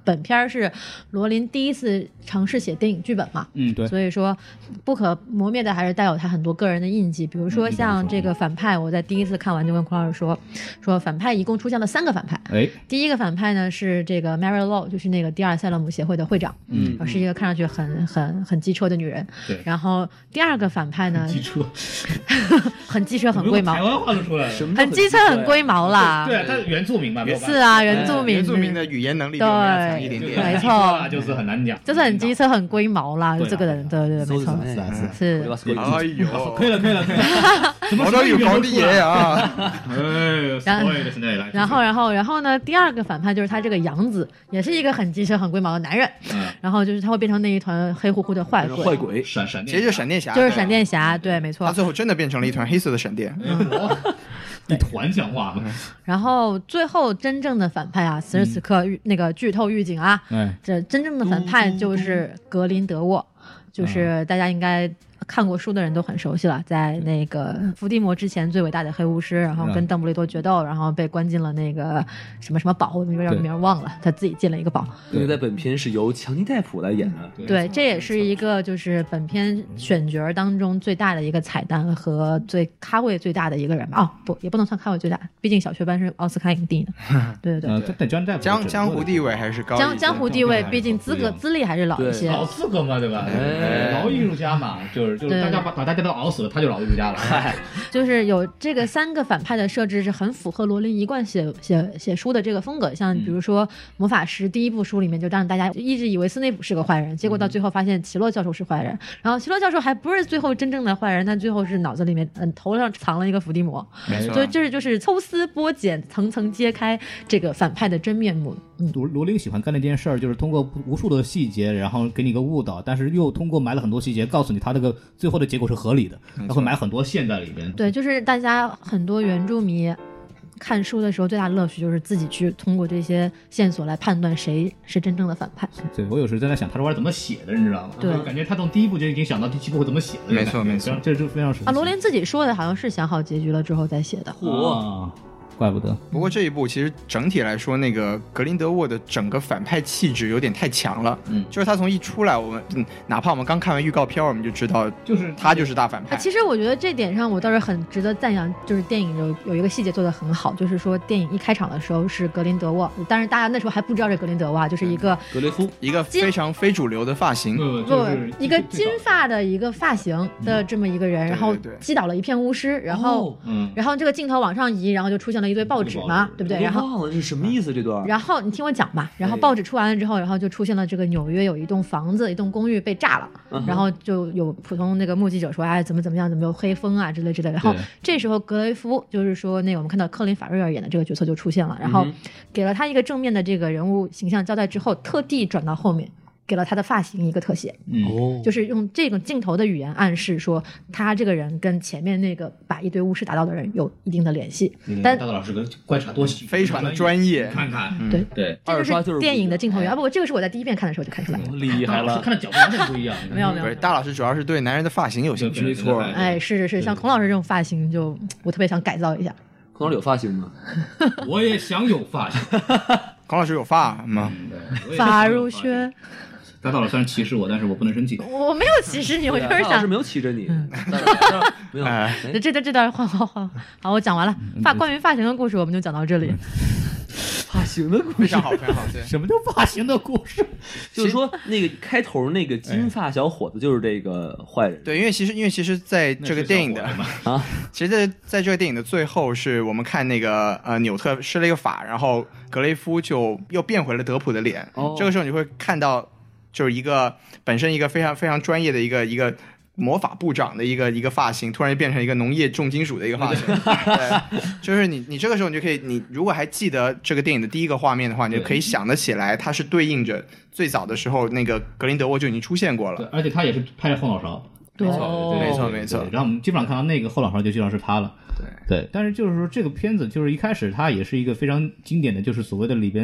本片是罗琳第一次尝试写电影剧本嘛， 嗯，对， 所以说不可磨灭的还是带有他很多个人的印记，比如说像这个反派，我在第一次看完就跟孔老师说，说反派一共出现了三个反派。 哎， 第一个反派呢是这个 Mary Law， 就是那个第二塞勒姆协会的会长， 嗯， 是一个看上去很很很机车的女人。 对， 然后第二个反派呢， 机车， 很机车，很龟毛， 台湾话都出来了， 什么很机车，很龟毛啦。 对啊，他原住民嘛， 是啊，原住民， 原住民的语言能力比我们要强一点点， 没错， 就是很难讲， 就是很机车，很龟毛啦，就这个人，对对对，没错，是。 哎呦， 可以了，可以了，可以了， 我都有高地爷啊！ 哎， 然后，然后，然后呢？第二个反派就是他这个杨子，也是一个很机车、很龟毛的男人。 嗯， 然后就是他会变成那一团黑乎乎的坏鬼， 坏鬼， 闪闪电， 其实就是闪电侠， 就是闪电侠，对，没错。 他最后真的变成了一团黑色的闪电， 一团讲话嘛。 然后最后真正的反派啊，此时此刻那个剧透预警啊，这真正的反派就是格林德沃，就是大家应该看过书的人都很熟悉了，在那个伏地魔之前最伟大的黑巫师，然后跟邓布利多决斗，然后被关进了那个什么什么堡，我有点名忘了，他自己进了一个堡。 因为在本片是由强尼戴普来演的。 对，这也是一个就是本片选角当中最大的一个彩蛋和最咖位最大的一个人吧。哦，不，也不能算咖位最大，毕竟小雀斑是奥斯卡影帝呢。对对对， 对，江江江湖地位还是高， 江江湖地位毕竟资格资历还是老一些， 老资格嘛，对吧？老艺术家嘛，就是就是大家把把大家都熬死了，他就老艺术家了。 就是有这个三个反派的设置是很符合罗琳一贯写写写书的这个风格，像比如说魔法师第一部书里面就让大家一直以为斯内普是个坏人，结果到最后发现奇洛教授是坏人，然后奇洛教授还不是最后真正的坏人，他最后是脑子里面嗯头上藏了一个伏地魔，所以这是就是抽丝剥茧，层层揭开这个反派的真面目。嗯， 罗罗琳喜欢干那件事儿，就是通过无数的细节，然后给你一个误导，但是又通过埋了很多细节，告诉你他这个最后的结果是合理的，他会埋很多线在里边。 对，就是大家很多原著迷看书的时候最大的乐趣就是自己去通过这些线索来判断谁是真正的反派。 对，我有时在那想他这玩意儿怎么写的，你知道吗？ 对， 感觉他从第一部就已经想到第七部会怎么写的。 没错没错， 这就非常神奇啊。罗琳自己说的好像是想好结局了之后再写的。 嚯！怪不得。 不过这一部其实整体来说，那个格林德沃的整个反派气质有点太强了。嗯，就是他从一出来，我们、嗯、哪怕我们刚看完预告片，我们就知道，就是他就是大反派。 啊、其实我觉得这点上我倒是很值得赞扬，就是电影有有一个细节做得很好，就是说电影一开场的时候是格林德沃，当然大家那时候还不知道这格林德沃啊，就是一个格雷夫， 一个非常非主流的发型， 不、 就是、一个金发的一个发型的这么一个人，嗯、然后击倒了一片巫师，然后、哦嗯、然后这个镜头往上移，然后就出现了一堆报纸嘛。对不对？然后忘了这是什么意思这段。 然后你听我讲吧。然后报纸出完了之后，然后就出现了这个纽约有一栋房子，一栋公寓被炸了，嗯、然后就有普通那个目击者说，哎，怎么怎么样，怎么有黑风啊之类之类的。然后这时候格雷夫就是说那个我们看到科林法瑞尔演的这个角色就出现了，然后给了他一个正面的这个人物形象交代之后，特地转到后面。给了他的发型一个特写，嗯，就是用这种镜头的语言暗示说，他这个人跟前面那个把一堆巫师打倒的人有一定的联系。 嗯、但大道老师的观察多细， 非常的专业， 看看， 嗯、对对， 这就是电影的镜头语言。啊，不，这个是我在第一遍看的时候就看出来了， 厉害了， 看的角度完全不一样。 没有没有， 大老师主要是对男人的发型有兴趣， 没错。 哎，是是是，像孔老师这种发型就，就我特别想改造一下。 孔老师有发型吗？ 我也想有发型。 孔老师有发吗？ 嗯、 发如雪。 大道老师虽然歧视我，但是我不能生气。 我没有歧视你，我就是想。 是没有歧视你。嗯、没有。 哎、这这这段换换换，好，我讲完了。发关于发型的故事，我们就讲到这里。 发型的故事非常好，非常好。对， 什么叫发型的故事？ 就是说，那个开头那个金发小伙子就是这个坏人。 对，因为其实，因为其实在这个电影的啊，其实在在这个电影的最后，是我们看那个呃纽特施了一个法，然后格雷夫就又变回了德普的脸。哦，这个时候你会看到。就是一个本身一个非常非常专业的一个一个魔法部长的一个一个发型，突然就变成一个农业重金属的一个发型。对，就是你你这个时候你就可以，你如果还记得这个电影的第一个画面的话，你就可以想得起来，它是对应着最早的时时候那个格林德沃就已经出现过了。 对，而且他也是拍着后脑勺。 对， 没错， 没错，没错。 然后我们基本上看到那个后脑勺就知道是他了。 对， 对。但是就是说，这个片子就是一开始它也是一个非常经典的，就是所谓的里边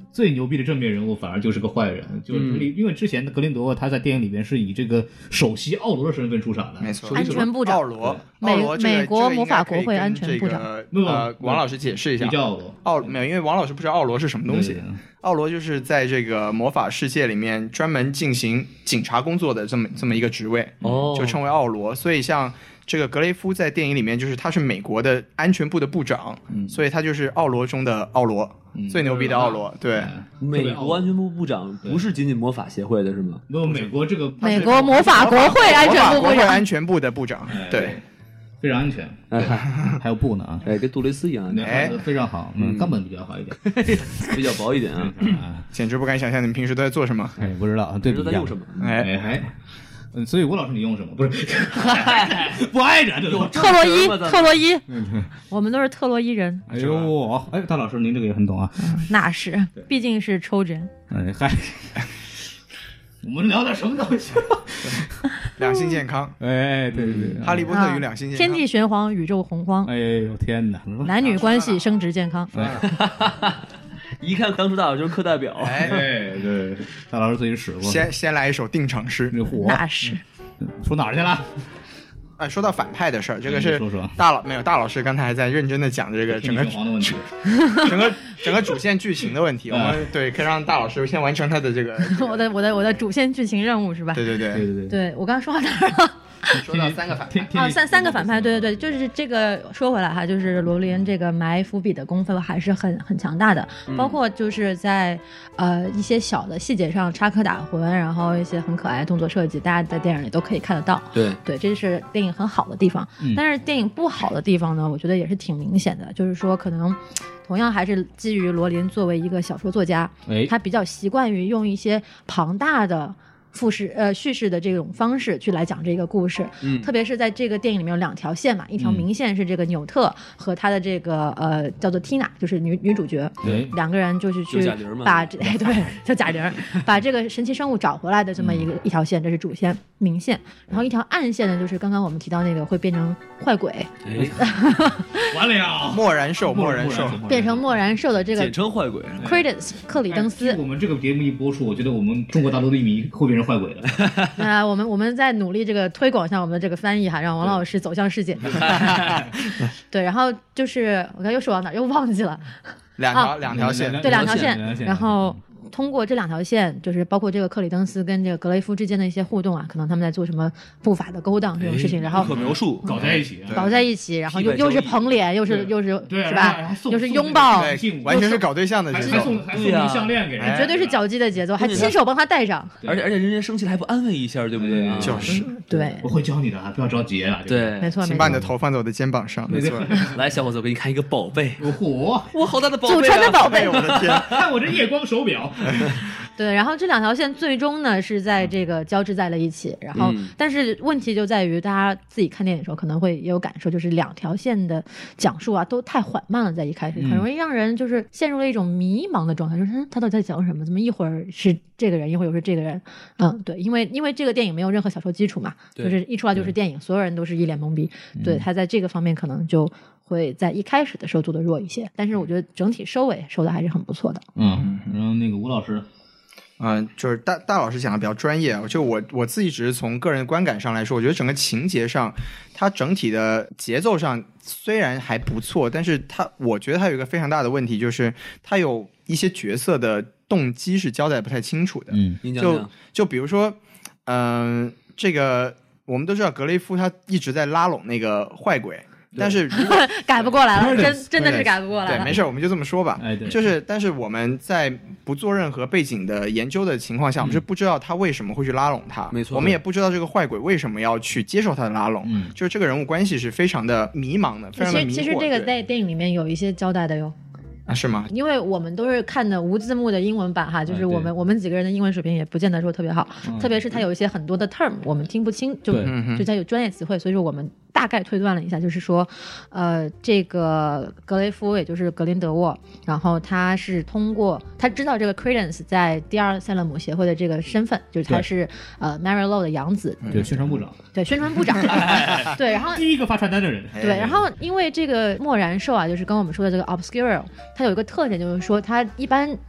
最牛逼的正面人物反而就是个坏人，就是因为之前的格林德沃他在电影里边是以这个首席奥罗的身份出场的， 没错， 安全部长奥罗， 美奥罗这个美国魔法国会这个应该可以跟安全部长这个呃，王老师解释一下， 比较奥罗， 奥没有，因为王老师不知道奥罗是什么东西。 对对对奥罗就是在这个魔法世界里面专门进行警察工作的这么这么一个职位， 哦就称为奥罗。所以像这个格雷夫在电影里面，就是他是美国的安全部的部长， 嗯所以他就是奥罗中的奥罗， 嗯最牛逼的奥罗。对， 美国安全部部长不是仅仅魔法协会的是吗？ 那么美国这个美国魔法国会安全部魔法国会部长， 安全部的部长，对。 非常安全，还有布呢啊， 哎，跟杜蕾斯一样， 那好的非常好，嗯，冈本比较好一点， 比较薄一点啊。 简直不敢想象你们平时都在做什么。 哎，不知道对比一下都在用什么？ 哎， 哎还。嗯，所以吴老师你用什么？不是，不挨着这种。 特洛伊， 有特洛伊，我们都是特洛伊人。 哎呦，哎，大老师您这个也很懂啊。 那是，毕竟是抽人。 哎嗨，我们聊点什么东西？ 两性健康， 哎，对对对， 哈利波特与两性健康， 天地玄黄，宇宙洪荒， 哎呦天哪， 男女关系，生殖健康。 一看当初大老师就是课代表， 哎， 对对，大老师自己使过。 先先来一首定场诗。 那火那是， 说哪儿去了？ 哎，说到反派的事儿，这个是说说大老没有大老师刚才还在认真的讲这个整个天地玄黄的问题， 整个整个主线剧情的问题。我们对可以让大老师先完成他的这个。 我的我的我的主线剧情任务是吧？ 对对对对对对， 对我刚刚说到哪儿了？ 说到三个反派啊，三三个反派，对对对，就是这个说回来哈，就是罗琳这个埋伏笔的功夫还是很很强大的，包括就是在呃一些小的细节上插科打诨，然后一些很可爱的动作设计，大家在电影里都可以看得到。 对对，这是电影很好的地方。 嗯但是电影不好的地方呢，我觉得也是挺明显的，就是说可能。同样还是基于罗琳作为一个小说作家， 哎他比较习惯于用一些庞大的复事呃叙事的这种方式去来讲这个故事， 嗯特别是在这个电影里面有两条线嘛，一条明线是这个纽特和他的这个呃叫做 Tina， 就是女女主角， 对两个人就是去就贾玲嘛把这哎对叫贾玲，把这个神奇生物找回来的这么一个、一条线，这是主线明线，然后一条暗线呢，就是刚刚我们提到那个会变成坏鬼， 哎， 完了， 默然兽，默然兽， 变成默然兽的这个简称坏鬼。 Credence 克里登斯哎。我们这个节目一播出，我觉得我们中国大陆的迷会变成坏鬼的。 那我们我们在努力这个推广一下我们的这个翻译哈，让王老师走向世界。对，然后就是我刚又说到哪儿又忘记了， 两条啊两条线， 对，两条两条线， 线然后。通过这两条线，就是包括这个克里登斯跟这个格雷夫之间的一些互动啊，可能他们在做什么不法的勾当这种事情，然后不可描述， 搞在一起， 搞在一起，然后又又是捧脸，又是又是对是吧还？送又是拥抱， 对，完全是搞对象的还节奏。 还送还送对呀一项链给人， 绝对是脚击的节奏，还亲手帮他戴上。 而且而且人家生气了还不安慰一下，对不对啊？ 就是， 对， 我会教你的，不要着急啊。 对， 没错，没错请把你的。头放在我的肩膀上，没错。 来，小伙子，我给你看一个宝贝， 火， 哇，好大的宝贝、啊！ 祖传的宝贝哎，我的天， 看我这夜光手表， 对，然后这两条线最终呢是在这个交织在了一起，然后、 嗯但是问题就在于大家自己看电影的时候可能会也有感受，就是两条线的讲述啊都太缓慢了，在一开始很容易让人就是陷入了一种迷茫的状态，就是嗯他到底在讲什么？怎么一会儿是这个人，一会儿又是这个人？嗯，对，因为因为这个电影没有任何小说基础嘛， 对就是一出来就是电影，所有人都是一脸懵逼，对，他在这个方面可能就会在一开始的时候做的弱一些，但是我觉得整体收尾收的还是很不错的。 嗯，然后那个吴老师， 嗯，就是大大老师讲的比较专业啊，就我我自己只是从个人观感上来说，我觉得整个情节上，它整体的节奏上虽然还不错，但是它我觉得它有一个非常大的问题，就是它有一些角色的动机是交代不太清楚的。 嗯就您讲讲， 就比如说，嗯、这个我们都知道格雷夫他一直在拉拢那个坏鬼。但是如果改不过来了， Credence， 真真的是改不过来对， 了。 没事，我们就这么说吧。 哎对就是，但是我们在不做任何背景的研究的情况下，我们是不知道他为什么会去拉拢他。 没错我们也不知道这个坏鬼为什么要去接受他的拉拢。 嗯就是这个人物关系是非常的迷茫的，非常的迷惑。 其实其实这个对在电影里面有一些交代的哟， 啊是吗？ 因为我们都是看的无字幕的英文版哈，就是哎对我们、我们几个人的英文水平也不见得说特别好， 嗯特别是它有一些很多的 term 我们听不清，就对就它有专业词汇，所以说我们大概推断了一下，就是说，呃，这个格雷夫也就是格林德沃，然后他是通过他知道这个 Credence 在第二塞勒姆协会的这个身份，就是他对是呃 Mary Lowe 的养子， 对，宣传部长， 对，宣传部长，对，然后第一个发传单的人， 对，然后因为这个默然兽啊，就是刚刚我们说的这个 obscure，它有一个特点，就是说它一般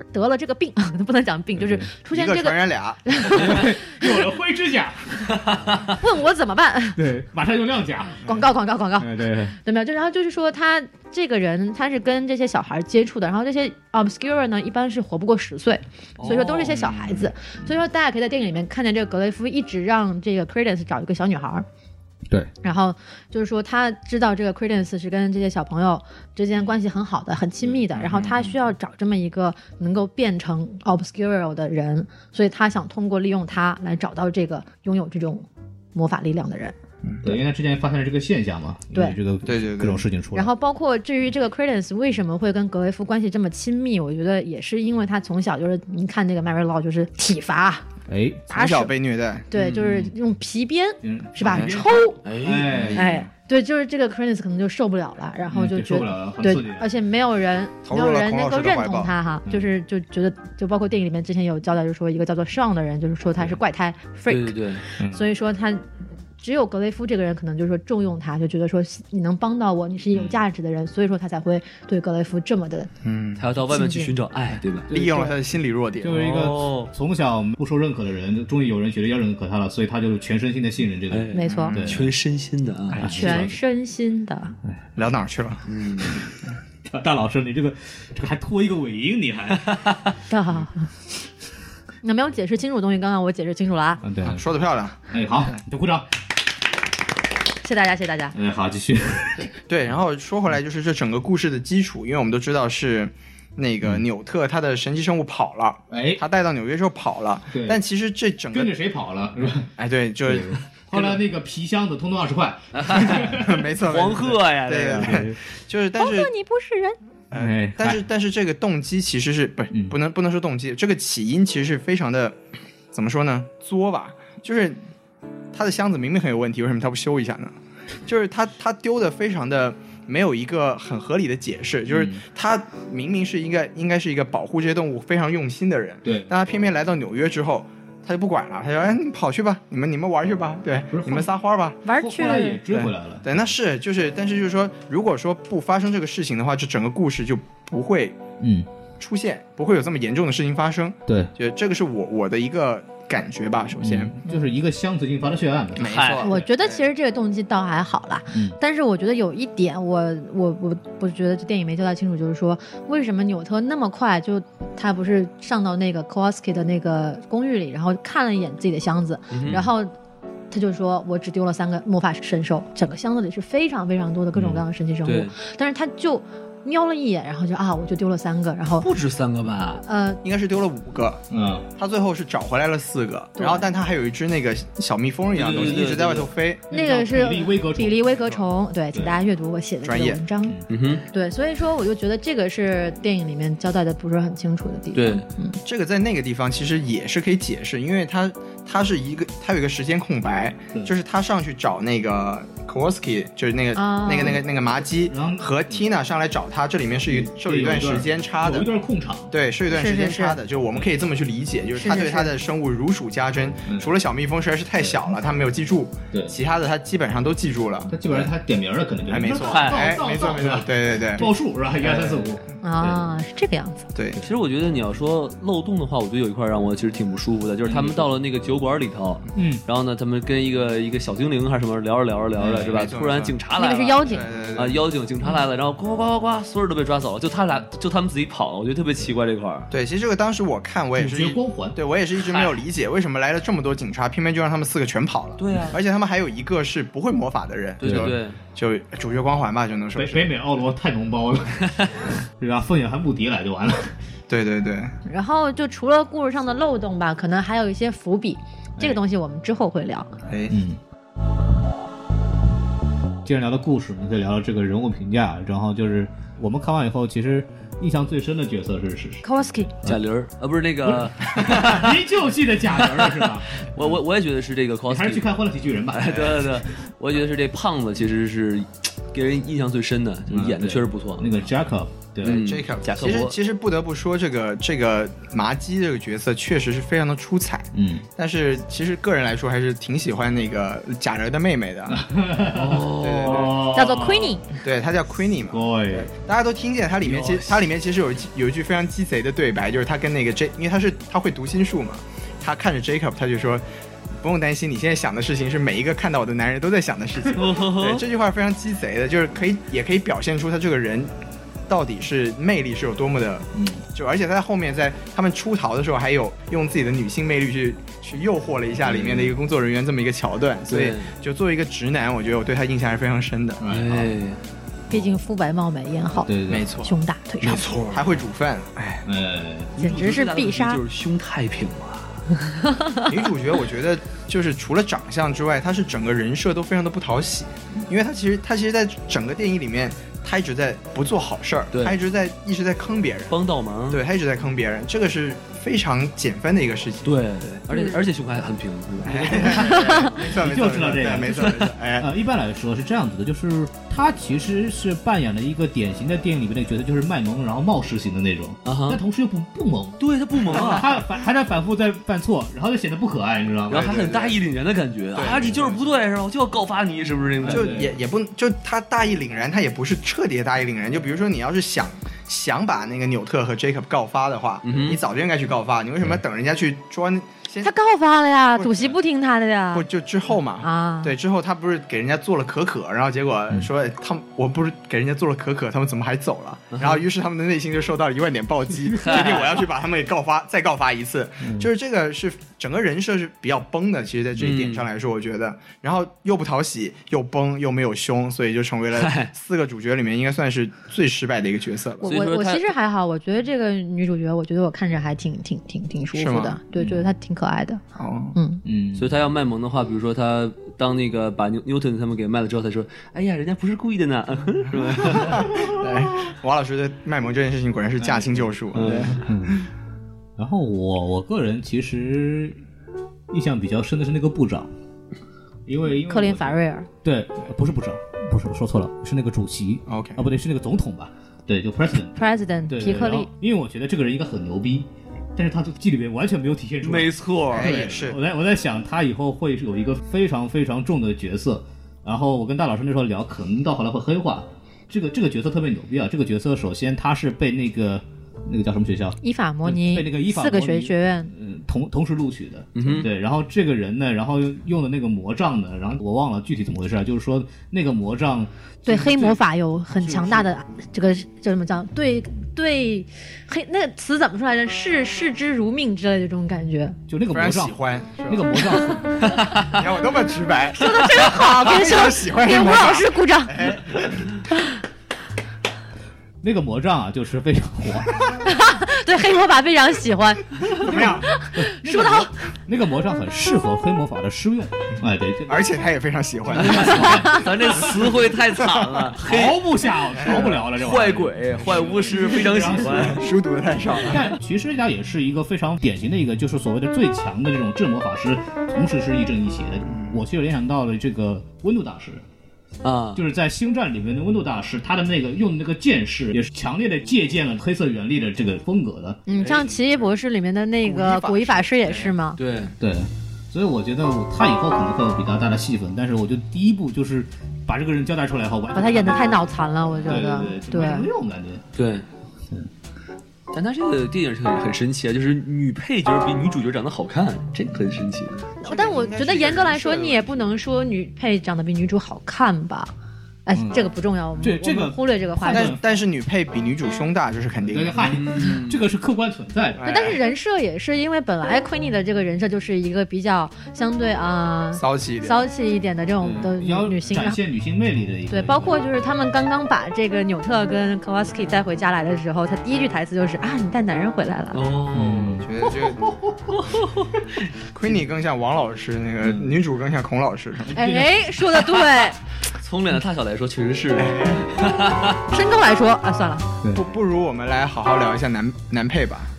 得了这个病，不能讲病，就是出现一个这个传染俩， 有了灰指甲， 问我怎么办？ 对，马上就亮甲。 广告广告广告， 哎对， 对没有？就然后就是说他这个人他是跟这些小孩接触的，然后这些 obscure 呢一般是活不过十岁，所以说都是一些小孩子，所以说大家可以在电影里面看见这个格雷夫一直让这个 Credence 找一个小女孩。 对， 然后就是说他知道这个 Credence 是跟这些小朋友之间关系很好的、很亲密的，然后他需要找这么一个能够变成 obscure 的人，所以他想通过利用他来找到这个拥有这种魔法力量的人。 对，因为他之前发现了这个现象嘛， 对因为这个对对对各种事情出来。 然后包括至于这个 Credence 为什么会跟格雷夫关系这么亲密，我觉得也是因为他从小就是你看这个 Mary Law 就是体罚， 哎， 从小被虐待， 对，就是用皮鞭、 嗯是吧？ 哎抽， 哎哎，对，就是这个 Credence 可能就受不了了，然后就嗯觉得、 受不了了很对刺激， 而且没有人没有投入了孔人能够认老师的怀抱同他哈， 嗯就是就觉得就包括电影里面之前有交代，就说一个叫做 Sean 的人，就是说他是怪胎 freak， 对对对， 所以说他只有格雷夫这个人可能就是说重用他，就觉得说你能帮到我，你是有价值的人，所以说他才会对格雷夫这么的嗯， 他要到外面去寻找爱，对吧？ 利用了他的心理弱点， 就是一个哦从小不受认可的人，终于有人觉得要认可他了，所以他就全身心的信任这个人。 哎没错， 对全身心的啊， 全身心的。 聊哪儿去了？ 嗯， 大老师，你这个这个还拖一个尾音，你还啊，那没有解释清楚的东西，刚刚我解释清楚了啊， 嗯对， 说的漂亮。 哎好，就鼓掌。 谢谢大家，谢谢大家。 哎好，继续。 对，然后说回来，就是这整个故事的基础，因为我们都知道是那个纽特他的神奇生物跑了， 哎， 他带到纽约之后跑了， 对但其实这整个跟着谁跑了是吧？ 哎对，就是后来那个皮箱子通通二十块。 没错， 黄鹤呀， 对这个对对，就是但是包括你不是人， 哎， 但是但是这个动机其实是不是嗯不能不能说动机，这个起因其实是非常的怎么说呢，作吧，就是他的箱子明明很有问题，为什么他不修一下呢？就是他他丢的非常的没有一个很合理的解释，就是他明明是应该应该是一个保护这些动物非常用心的人， 对， 但他偏偏来到纽约之后，他就不管了，他说：“哎，你跑去吧，你们你们玩去吧，对不是， 你们撒欢吧。” 玩去后来也追回来了。 对，那是就是，但是就是说，如果说不发生这个事情的话，这整个故事就不会嗯， 出现，不会有这么严重的事情发生。 对， 就这个是我我的一个感觉吧。首先， 嗯就是一个箱子引发的血案的。 没嗨错， 我觉得其实这个动机倒还好啦， 嗯但是我觉得有一点我，我我我觉得这电影没交代清楚，就是说为什么纽特那么快就他不是上到那个 Kowalski 的那个公寓里，然后看了一眼自己的箱子， 嗯然后他就说我只丢了三个魔法神兽，整个箱子里是非常非常多的各种各样的神奇生物， 对但是他就瞄了一眼，然后就啊我就丢了三个，然后不止三个吧？ 呃应该是丢了五个， 嗯， 他最后是找回来了四个， 对然后但他还有一只那个小蜜蜂一样的东西对对对一直在外头飞。 那个是比利威格虫比利威格虫，对，请大家阅读我写的这专业个文章。 嗯哼， 对，所以说我就觉得这个是电影里面交代的不是很清楚的地方。 对， 这个在那个地方其实也是可以解释，因为他他是一个他有一个时间空白， 对就是他上去找那个 Kowalski，就是那个、 啊那个那个那个麻鸡然后和 Tina 上来找他，这里面是一是有一段时间差的有一。段空场。 对，是有一段时间是是差的，就我们可以这么去理解，就是他是是对他的生物如数家珍， 嗯除了小蜜蜂实在是太小了，他没有记住， 对其他的他基本上都记住了。 他基本上他点名了，可能就哎，没错， 嗨哎， 造没错没错，对对对报数是吧？一二三四五。 啊，是这个样子。 对， 其实我觉得你要说漏洞的话，我觉得有一块让我其实挺不舒服的，就是他们到了那个酒馆里头， 嗯， 然后呢，他们跟一个一个小精灵还是什么聊着聊着聊着， 哎是吧？ 没错突然没错警察来了， 那个是妖精对，对对啊，妖精警察来了，然后呱呱呱呱呱，所有人都被抓走了，就他俩就他们自己跑了，我觉得特别奇怪这块儿。 对，其实这个当时我看我也主是一角光环。 对我也是一直没有理解，为什么来了这么多警察，偏偏就让他们四个全跑了？ 对啊而且他们还有一个是不会魔法的人， 对对对， 就就主角光环吧，就能说是。 北北美奥罗太脓包了，对吧？凤眼还穆迪来就完了。 对对对， 然后就除了故事上的漏洞吧，可能还有一些伏笔，这个东西我们之后会聊。 哎， 嗯。既然聊到故事，我们可以聊聊这个人物评价。然后就是我们看完以后，其实印象最深的角色是是谁？ Kowalski 贾玲儿啊，不是那个， 你就记得贾玲了是吧？ 我我我也觉得是这个 cos， 你还是去看《欢乐喜剧人》吧。 哎，对对对，我也觉得是这胖子其实是给人印象最深的，就是演的确实不错。 那个 Jacob 对嗯 Jacob， 贾克伯其实其实不得不说，这个这个麻鸡这个角色确实是非常的出彩。 嗯， 但是其实个人来说还是挺喜欢那个贾仁的妹妹的。 哦， 叫做 Queenie。 对，她叫 Queenie 嘛。 对， 大家都听见它里面其实它里面其实有一有一句非常鸡贼的对白，就是他跟那个 J， 因为他是他会读心术嘛，他看着 Jacob， 他就说。不用担心，你现在想的事情是每一个看到我的男人都在想的事情。对，这句话非常鸡贼的，就是可以也可以表现出他这个人到底是魅力是有多么的，嗯，就而且他在后面在他们出逃的时候，还有用自己的女性魅力去去诱惑了一下里面的一个工作人员这么一个桥段，所以就作为一个直男，我觉得我对他印象还是非常深的。 哎， 毕竟肤白貌美颜好， 对对， 没错， 胸大腿长， 没错，还会煮饭，哎， 呃， 简直是必杀， 就是胸太平了。 女主角我觉得就是除了长相之外，她是整个人设都非常的不讨喜，因为她其实她其实在整个电影里面，她一直在不做好事儿，她一直在一直在坑别人， 帮倒忙， 对，她一直在坑别人，这个是非常减分的一个事情。 对，而且而且胸还很平， 没错没错， 就知道这个， 没错没错。哎， 呃，一般来说是这样子的，就是他其实是扮演了一个典型的电影里面那个角色，就是卖萌然后冒失型的那种， 啊， 但同时又不不萌， 对他不萌啊， 他反还在反复在犯错，然后就显得不可爱，你知道吗？ 然后还很大义凛然的感觉啊，你就是不对是吧？我就要告发你，是不是那种？ 就也也不就他大义凛然，他也不是彻底的大义凛然。就比如说你要是想想把那个纽特和 Jacob 告发的话， 嗯、 你早就应该去告发，你为什么要等人家去抓？ 他告发了呀，主席不听他的呀。 不就之后嘛？ 啊， 对，之后他不是给人家做了可可，然后结果说、嗯、他们我不是给人家做了可可，他们怎么还走了？嗯、然后于是他们的内心就受到了一万点暴击，决定我要去把他们给告发，再告发一次。嗯、就是这个是整个人设是比较崩的，其实在这一点上来说，我觉得，嗯、然后又不讨喜，又崩，又没有凶，所以就成为了四个主角里面应该算是最失败的一个角色了。 我我我其实还好，我觉得这个女主角，我觉得我看着还挺挺挺挺舒服的，对，觉得她挺可爱的。 哦， 嗯嗯，所以他要卖萌的话，比如说他当那个把牛牛顿他们给卖了之后，他说：“哎呀，人家不是故意的呢，是吧？” 对，王老师的卖萌这件事情果然是驾轻就熟。 嗯，嗯然后我我个人其实印象比较深的是那个部长，因为克林法瑞尔， 对，不是部长，不是说错了，是那个主席。 OK， 啊不对，是那个总统吧？对，就 president president 对皮克利。 因为我觉得这个人应该很牛逼。但是他这剧里面完全没有体现出来， 没错， 哎，也是。 我在我在想，他以后会有一个非常非常重的角色。然后我跟大老师那时候聊，可能到后来会黑化。这个这个角色特别牛逼啊！这个角色首先他是被那个那个叫什么学校？ 伊法摩尼， 被那个伊法四个学学院， 嗯，同同时录取的。 嗯对。然后这个人呢，然后用的那个魔杖呢，然后我忘了具体怎么回事，就是说那个魔杖对黑魔法有很强大的这个叫什么叫对。对，黑那个词怎么说来着？视视之如命之类的这种感觉。 就那个魔杖， 喜欢那个魔杖， 你看我多么直白， 说的真好，给说喜欢给吴老师鼓掌。 哎、 那个魔杖啊，就是非常火。 对黑魔法非常喜欢。 怎么样？ 说得好。 那个魔杖很适合黑魔法的施用，哎对， 而且他也非常喜欢。 咱这词汇太惨了， 逃不下，逃不了了。这坏鬼、坏巫师非常喜欢， 书读的太少了。 但其实他也是一个非常典型的一个，就是所谓的最强的这种智魔法师，同时是亦正亦邪的。我其实联想到了这个温度大师。 啊， 就是在星战里面的温度大师，他的那个用的那个剑士也是强烈的借鉴了黑色原力的这个风格的。 嗯，像奇异博士里面的那个古一法师也是吗？ 对对，所以我觉得他以后可能会有比较大的戏份，但是我觉得第一部就是把这个人交代出来后， 把他演得太脑残了，我觉得对对没有感觉。 对，嗯。但他这个电影很很神奇啊，就是女配角比女主角长得好看，这个很神奇。 但我觉得严格来说，你也不能说女配长得比女主好看吧？哎，嗯、这个不重要，我们这这个忽略这个话题。 但但是女配比女主胸大，这是肯定的。 嗨、嗯，这个是客观存在的。 对，但是人设也是，因为本来 Queenie 的这个人设就是一个比较相对啊、呃、 骚气一点、 骚气一点的这种的女性， 展现女性魅力的一个。 对，包括就是他们刚刚把这个纽特跟 Kowalski 带回家来的时候，他第一句台词就是啊，你带男人回来了。 哦， 嗯、觉得这个 Queenie 更像王老师，那个女主更像孔老师。 哎，说的对。 从脸的大小来说，确实是。 身高来说啊，算了， 不不如我们来好好聊一下男男配吧。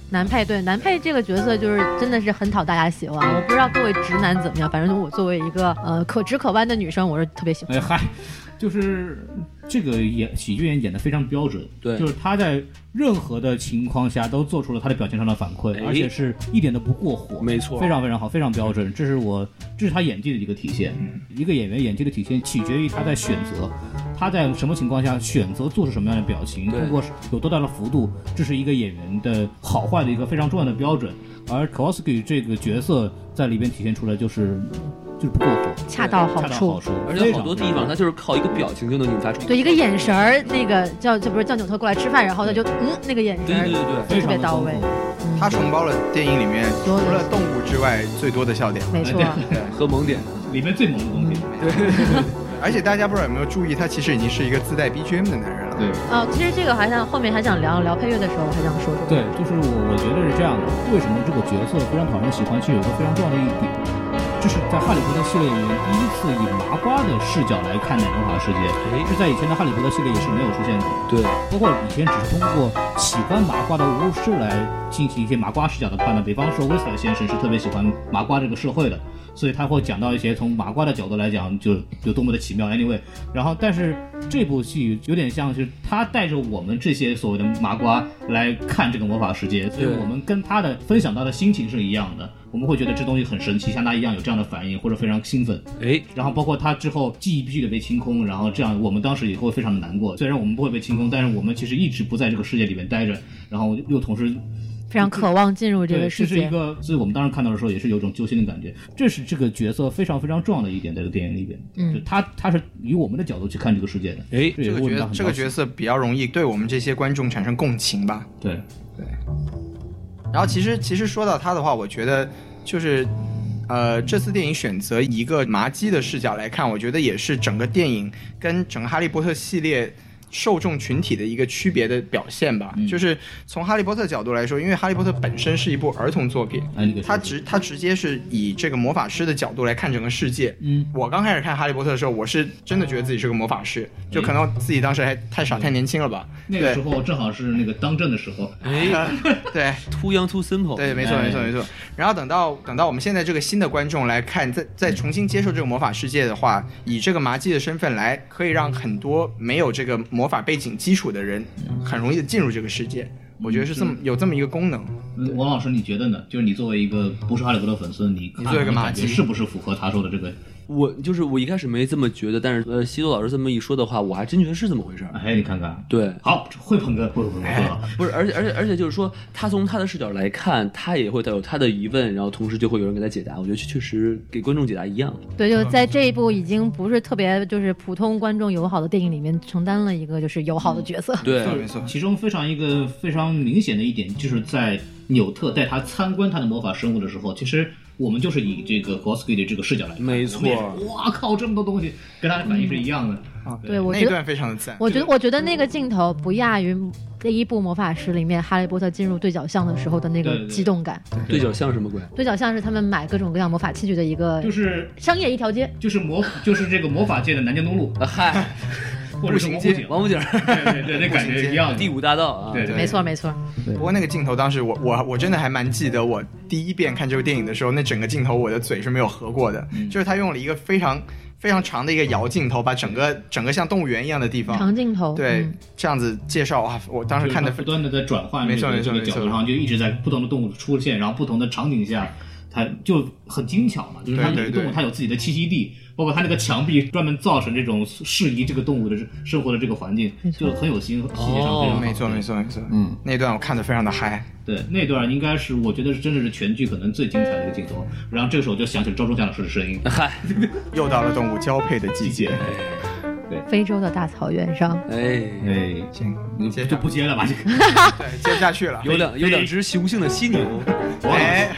男配对男配这个角色就是真的是很讨大家喜欢，我不知道各位直男怎么样，反正我作为一个呃可直可弯的女生，我是特别喜欢。 哎嗨，就是这个演喜剧演演得非常标准， 对， 就是他在任何的情况下都做出了他的表情上的反馈， 哎、 而且是一点都不过火， 没错， 非常非常好，非常标准。这是我这是他演技的一个体现。 嗯、 一个演员演技的体现取决于他在选择，他在什么情况下选择做出什么样的表情，通过有多大的幅度，这是一个演员的好坏的一个非常重要的标准。而 Kowalski 这个角色在里边体现出来就是。就是不过火， 恰到好处， 而且好多地方他就是靠一个表情就能引发出对一个眼神儿，那个叫就不是叫纽特过来吃饭，然后他就嗯那个眼神， 对对对， 特别到位。 他承包了电影里面除了动物之外最多的笑点， 没错， 和萌点里面最萌的东西。 对，而且大家不知道有没有注意，他其实已经是一个自带 B G M 的男人了。 对， 哦，其实这个还想后面还想聊聊配乐的时候还想说说。 对，就是我我觉得是这样的，为什么这个角色非常讨人喜欢，其实有一个非常重要的一点。这是在《哈利波特》系列里面第一次以麻瓜的视角来看待魔法世界，是在以前的《哈利波特》系列也是没有出现过。 对， 包括以前只是通过喜欢麻瓜的巫师来进行一些麻瓜视角的判断，比方说威斯莱先生是特别喜欢麻瓜这个社会的，所以他会讲到一些从麻瓜的角度来讲就有多么的奇妙。Anyway， 然后但是这部戏有点像是他带着我们这些所谓的麻瓜来看这个魔法世界，所以我们跟他的分享到的心情是一样的。我们会觉得这东西很神奇，像他一样有这样的反应，或者非常兴奋。 哎， 然后包括他之后记忆必须得被清空，然后这样我们当时也会非常的难过。虽然我们不会被清空，但是我们其实一直不在这个世界里面待着，然后又同时非常渴望进入这个世界。 这是一个，所以我们当时看到的时候也是有一种揪心的感觉。这是这个角色非常非常重要的一点，在这个电影里边，嗯，就他他是以我们的角度去看这个世界的。 哎， 这个角这个角色比较容易对我们这些观众产生共情吧？ 对对。然后其实其实说到他的话，我觉得就是。呃，这次电影选择一个麻鸡的视角来看，我觉得也是整个电影跟整个哈利波特系列受众群体的一个区别的表现吧。嗯、就是从哈利波特角度来说，因为哈利波特本身是一部儿童作品，它直它直接是以这个魔法师的角度来看整个世界。嗯，我刚开始看哈利波特的时候，我是真的觉得自己是个魔法师，就可能自己当时还太傻、嗯、太年轻了吧。 那个时候正好是那个当政的时候。 哎， 对 ，too young too simple。 对，没错没错没错。然后等到等到我们现在这个新的观众来看，再再重新接受这个魔法世界的话，以这个麻鸡的身份来，可以让很多没有这个魔法背景基础的人很容易的进入这个世界。我觉得是这么有这么一个功能。 王老师你觉得呢？就是你作为一个不是哈利波特粉丝，你你作为一个麻鸡是不是符合他说的这个？ 我就是我一开始没这么觉得，但是呃，西多老师这么一说的话，我还真觉得是这么回事。 哎，你看看， 对， 好，会捧哏，会捧哏， 哎，不是，而且而且而且就是说，他从他的视角来看，他也会带有他的疑问，然后同时就会有人给他解答。我觉得确实给观众解答一样。 对，就在这一部已经不是特别就是普通观众友好的电影里面，承担了一个就是友好的角色。 嗯、对， 没错。 其中非常一个非常明显的一点，就是在纽特带他参观他的魔法生物的时候，其实。我们就是以这个 Kowalski 的这个视角来看， 没错。 哇靠，这么多东西，跟他的反应是一样的。 嗯、啊，对，我那一段非常的赞。 我觉得，我觉得那个镜头不亚于第一部魔法师里面哈利波特进入对角巷的时候的那个激动感。 对, 对, 对, 对角巷什么鬼？ 对角巷是他们买各种各样魔法器具的一个， 就是商业一条街， 就是魔，就是这个魔法界的南京东路。 啊嗨。 或者是王府井， 王府井， 对对对，那感觉一样。 第五大道啊， 对对， 没错没错。 不过那个镜头当时我我我真的还蛮记得，我第一遍看这部电影的时候，那整个镜头我的嘴是没有合过的，嗯、就是他用了一个非常非常长的一个摇镜头，把整个整个像动物园一样的地方长镜头， 对、 嗯、 这样子介绍啊，我当时看的不断的在转换， 没错没错没错，然后就一直在不同的动物出现，然后不同的场景下。它就很精巧嘛，就是它每个动物它有自己的栖息地，包括它那个墙壁专门造成这种适宜这个动物的生活的这个环境，就很有心，细节上非常好。 哦、没错没错没错， 嗯， 那段我看得非常的嗨。 对，那段应该是我觉得是真的是全剧可能最精彩的一个镜头。然后这个时候就响起了赵忠祥老师的声音， 嗨， 又到了动物交配的季节。 对， 非洲的大草原上， 哎哎，行，你就不接了吧？这个对，接不下去了。 有两有两只雄性的犀牛， 哎，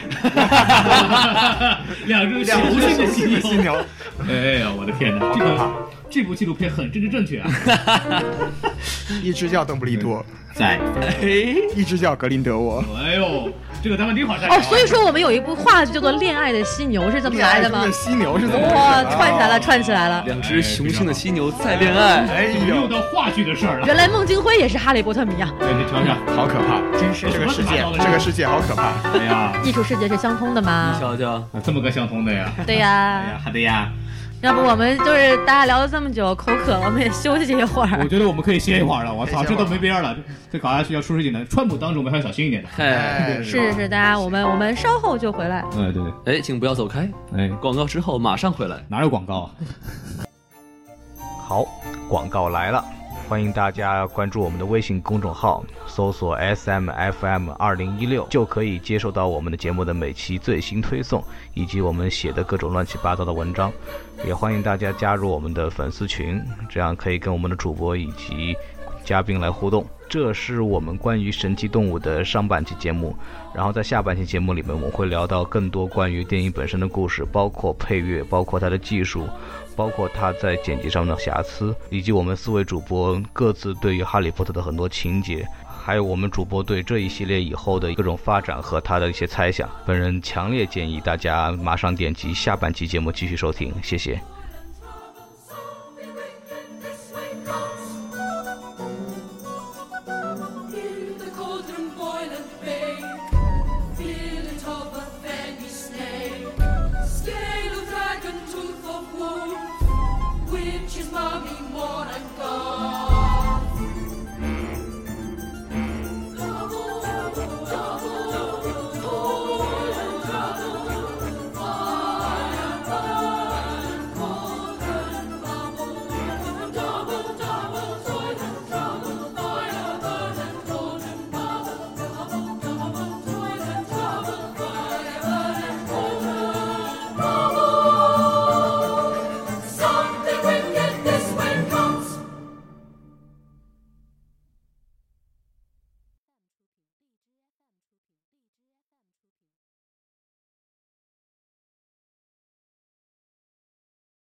两只雄性的犀犀牛， 哎呀，我的天哪，这个这部纪录片很政治正确啊！ 一只叫邓布利多， 在， 一只叫格林德沃。 哎呦， 这个咱们丁好像哦，所以说我们有一部话剧叫做《恋爱的犀牛》，是这么来的吗？ 犀牛是怎么？ 哇，串起来了，串起来了！ 两只雄性的犀牛在恋爱。 哎呦， 又到话剧的事儿了。 原来孟京辉也是哈利波特迷啊！ 对，你瞧瞧， 好可怕， 真是这个世界，这个世界好可怕。 哎呀， 艺术世界是相通的吗？ 你瞧瞧， 这么个相通的呀。 对呀， 哎呀，好的呀。 要不我们就是大家聊了这么久，口渴了，我们也休息一会儿。 我觉得我们可以歇一会儿了。我操，这都没边了，这搞下去要出事情的。川普当中我们还要小心一点的。 哎， 是是，大家我们我们稍后就回来。 哎，对对。 哎，请不要走开。 哎， 广告之后马上回来。 哪有广告啊？ 好，广告来了。欢迎大家关注我们的微信公众号，搜索 S M F M 二零一六，就可以接收到我们的节目的每期最新推送，以及我们写的各种乱七八糟的文章。也欢迎大家加入我们的粉丝群，这样可以跟我们的主播以及嘉宾来互动。这是我们关于神奇动物的上半期节目，然后在下半期节目里面，我们会聊到更多关于电影本身的故事，包括配乐，包括它的技术，包括它在剪辑上的瑕疵，以及我们四位主播各自对于哈利波特的很多情节，还有我们主播对这一系列以后的各种发展和他的一些猜想。本人强烈建议大家马上点击下半期节目继续收听，谢谢。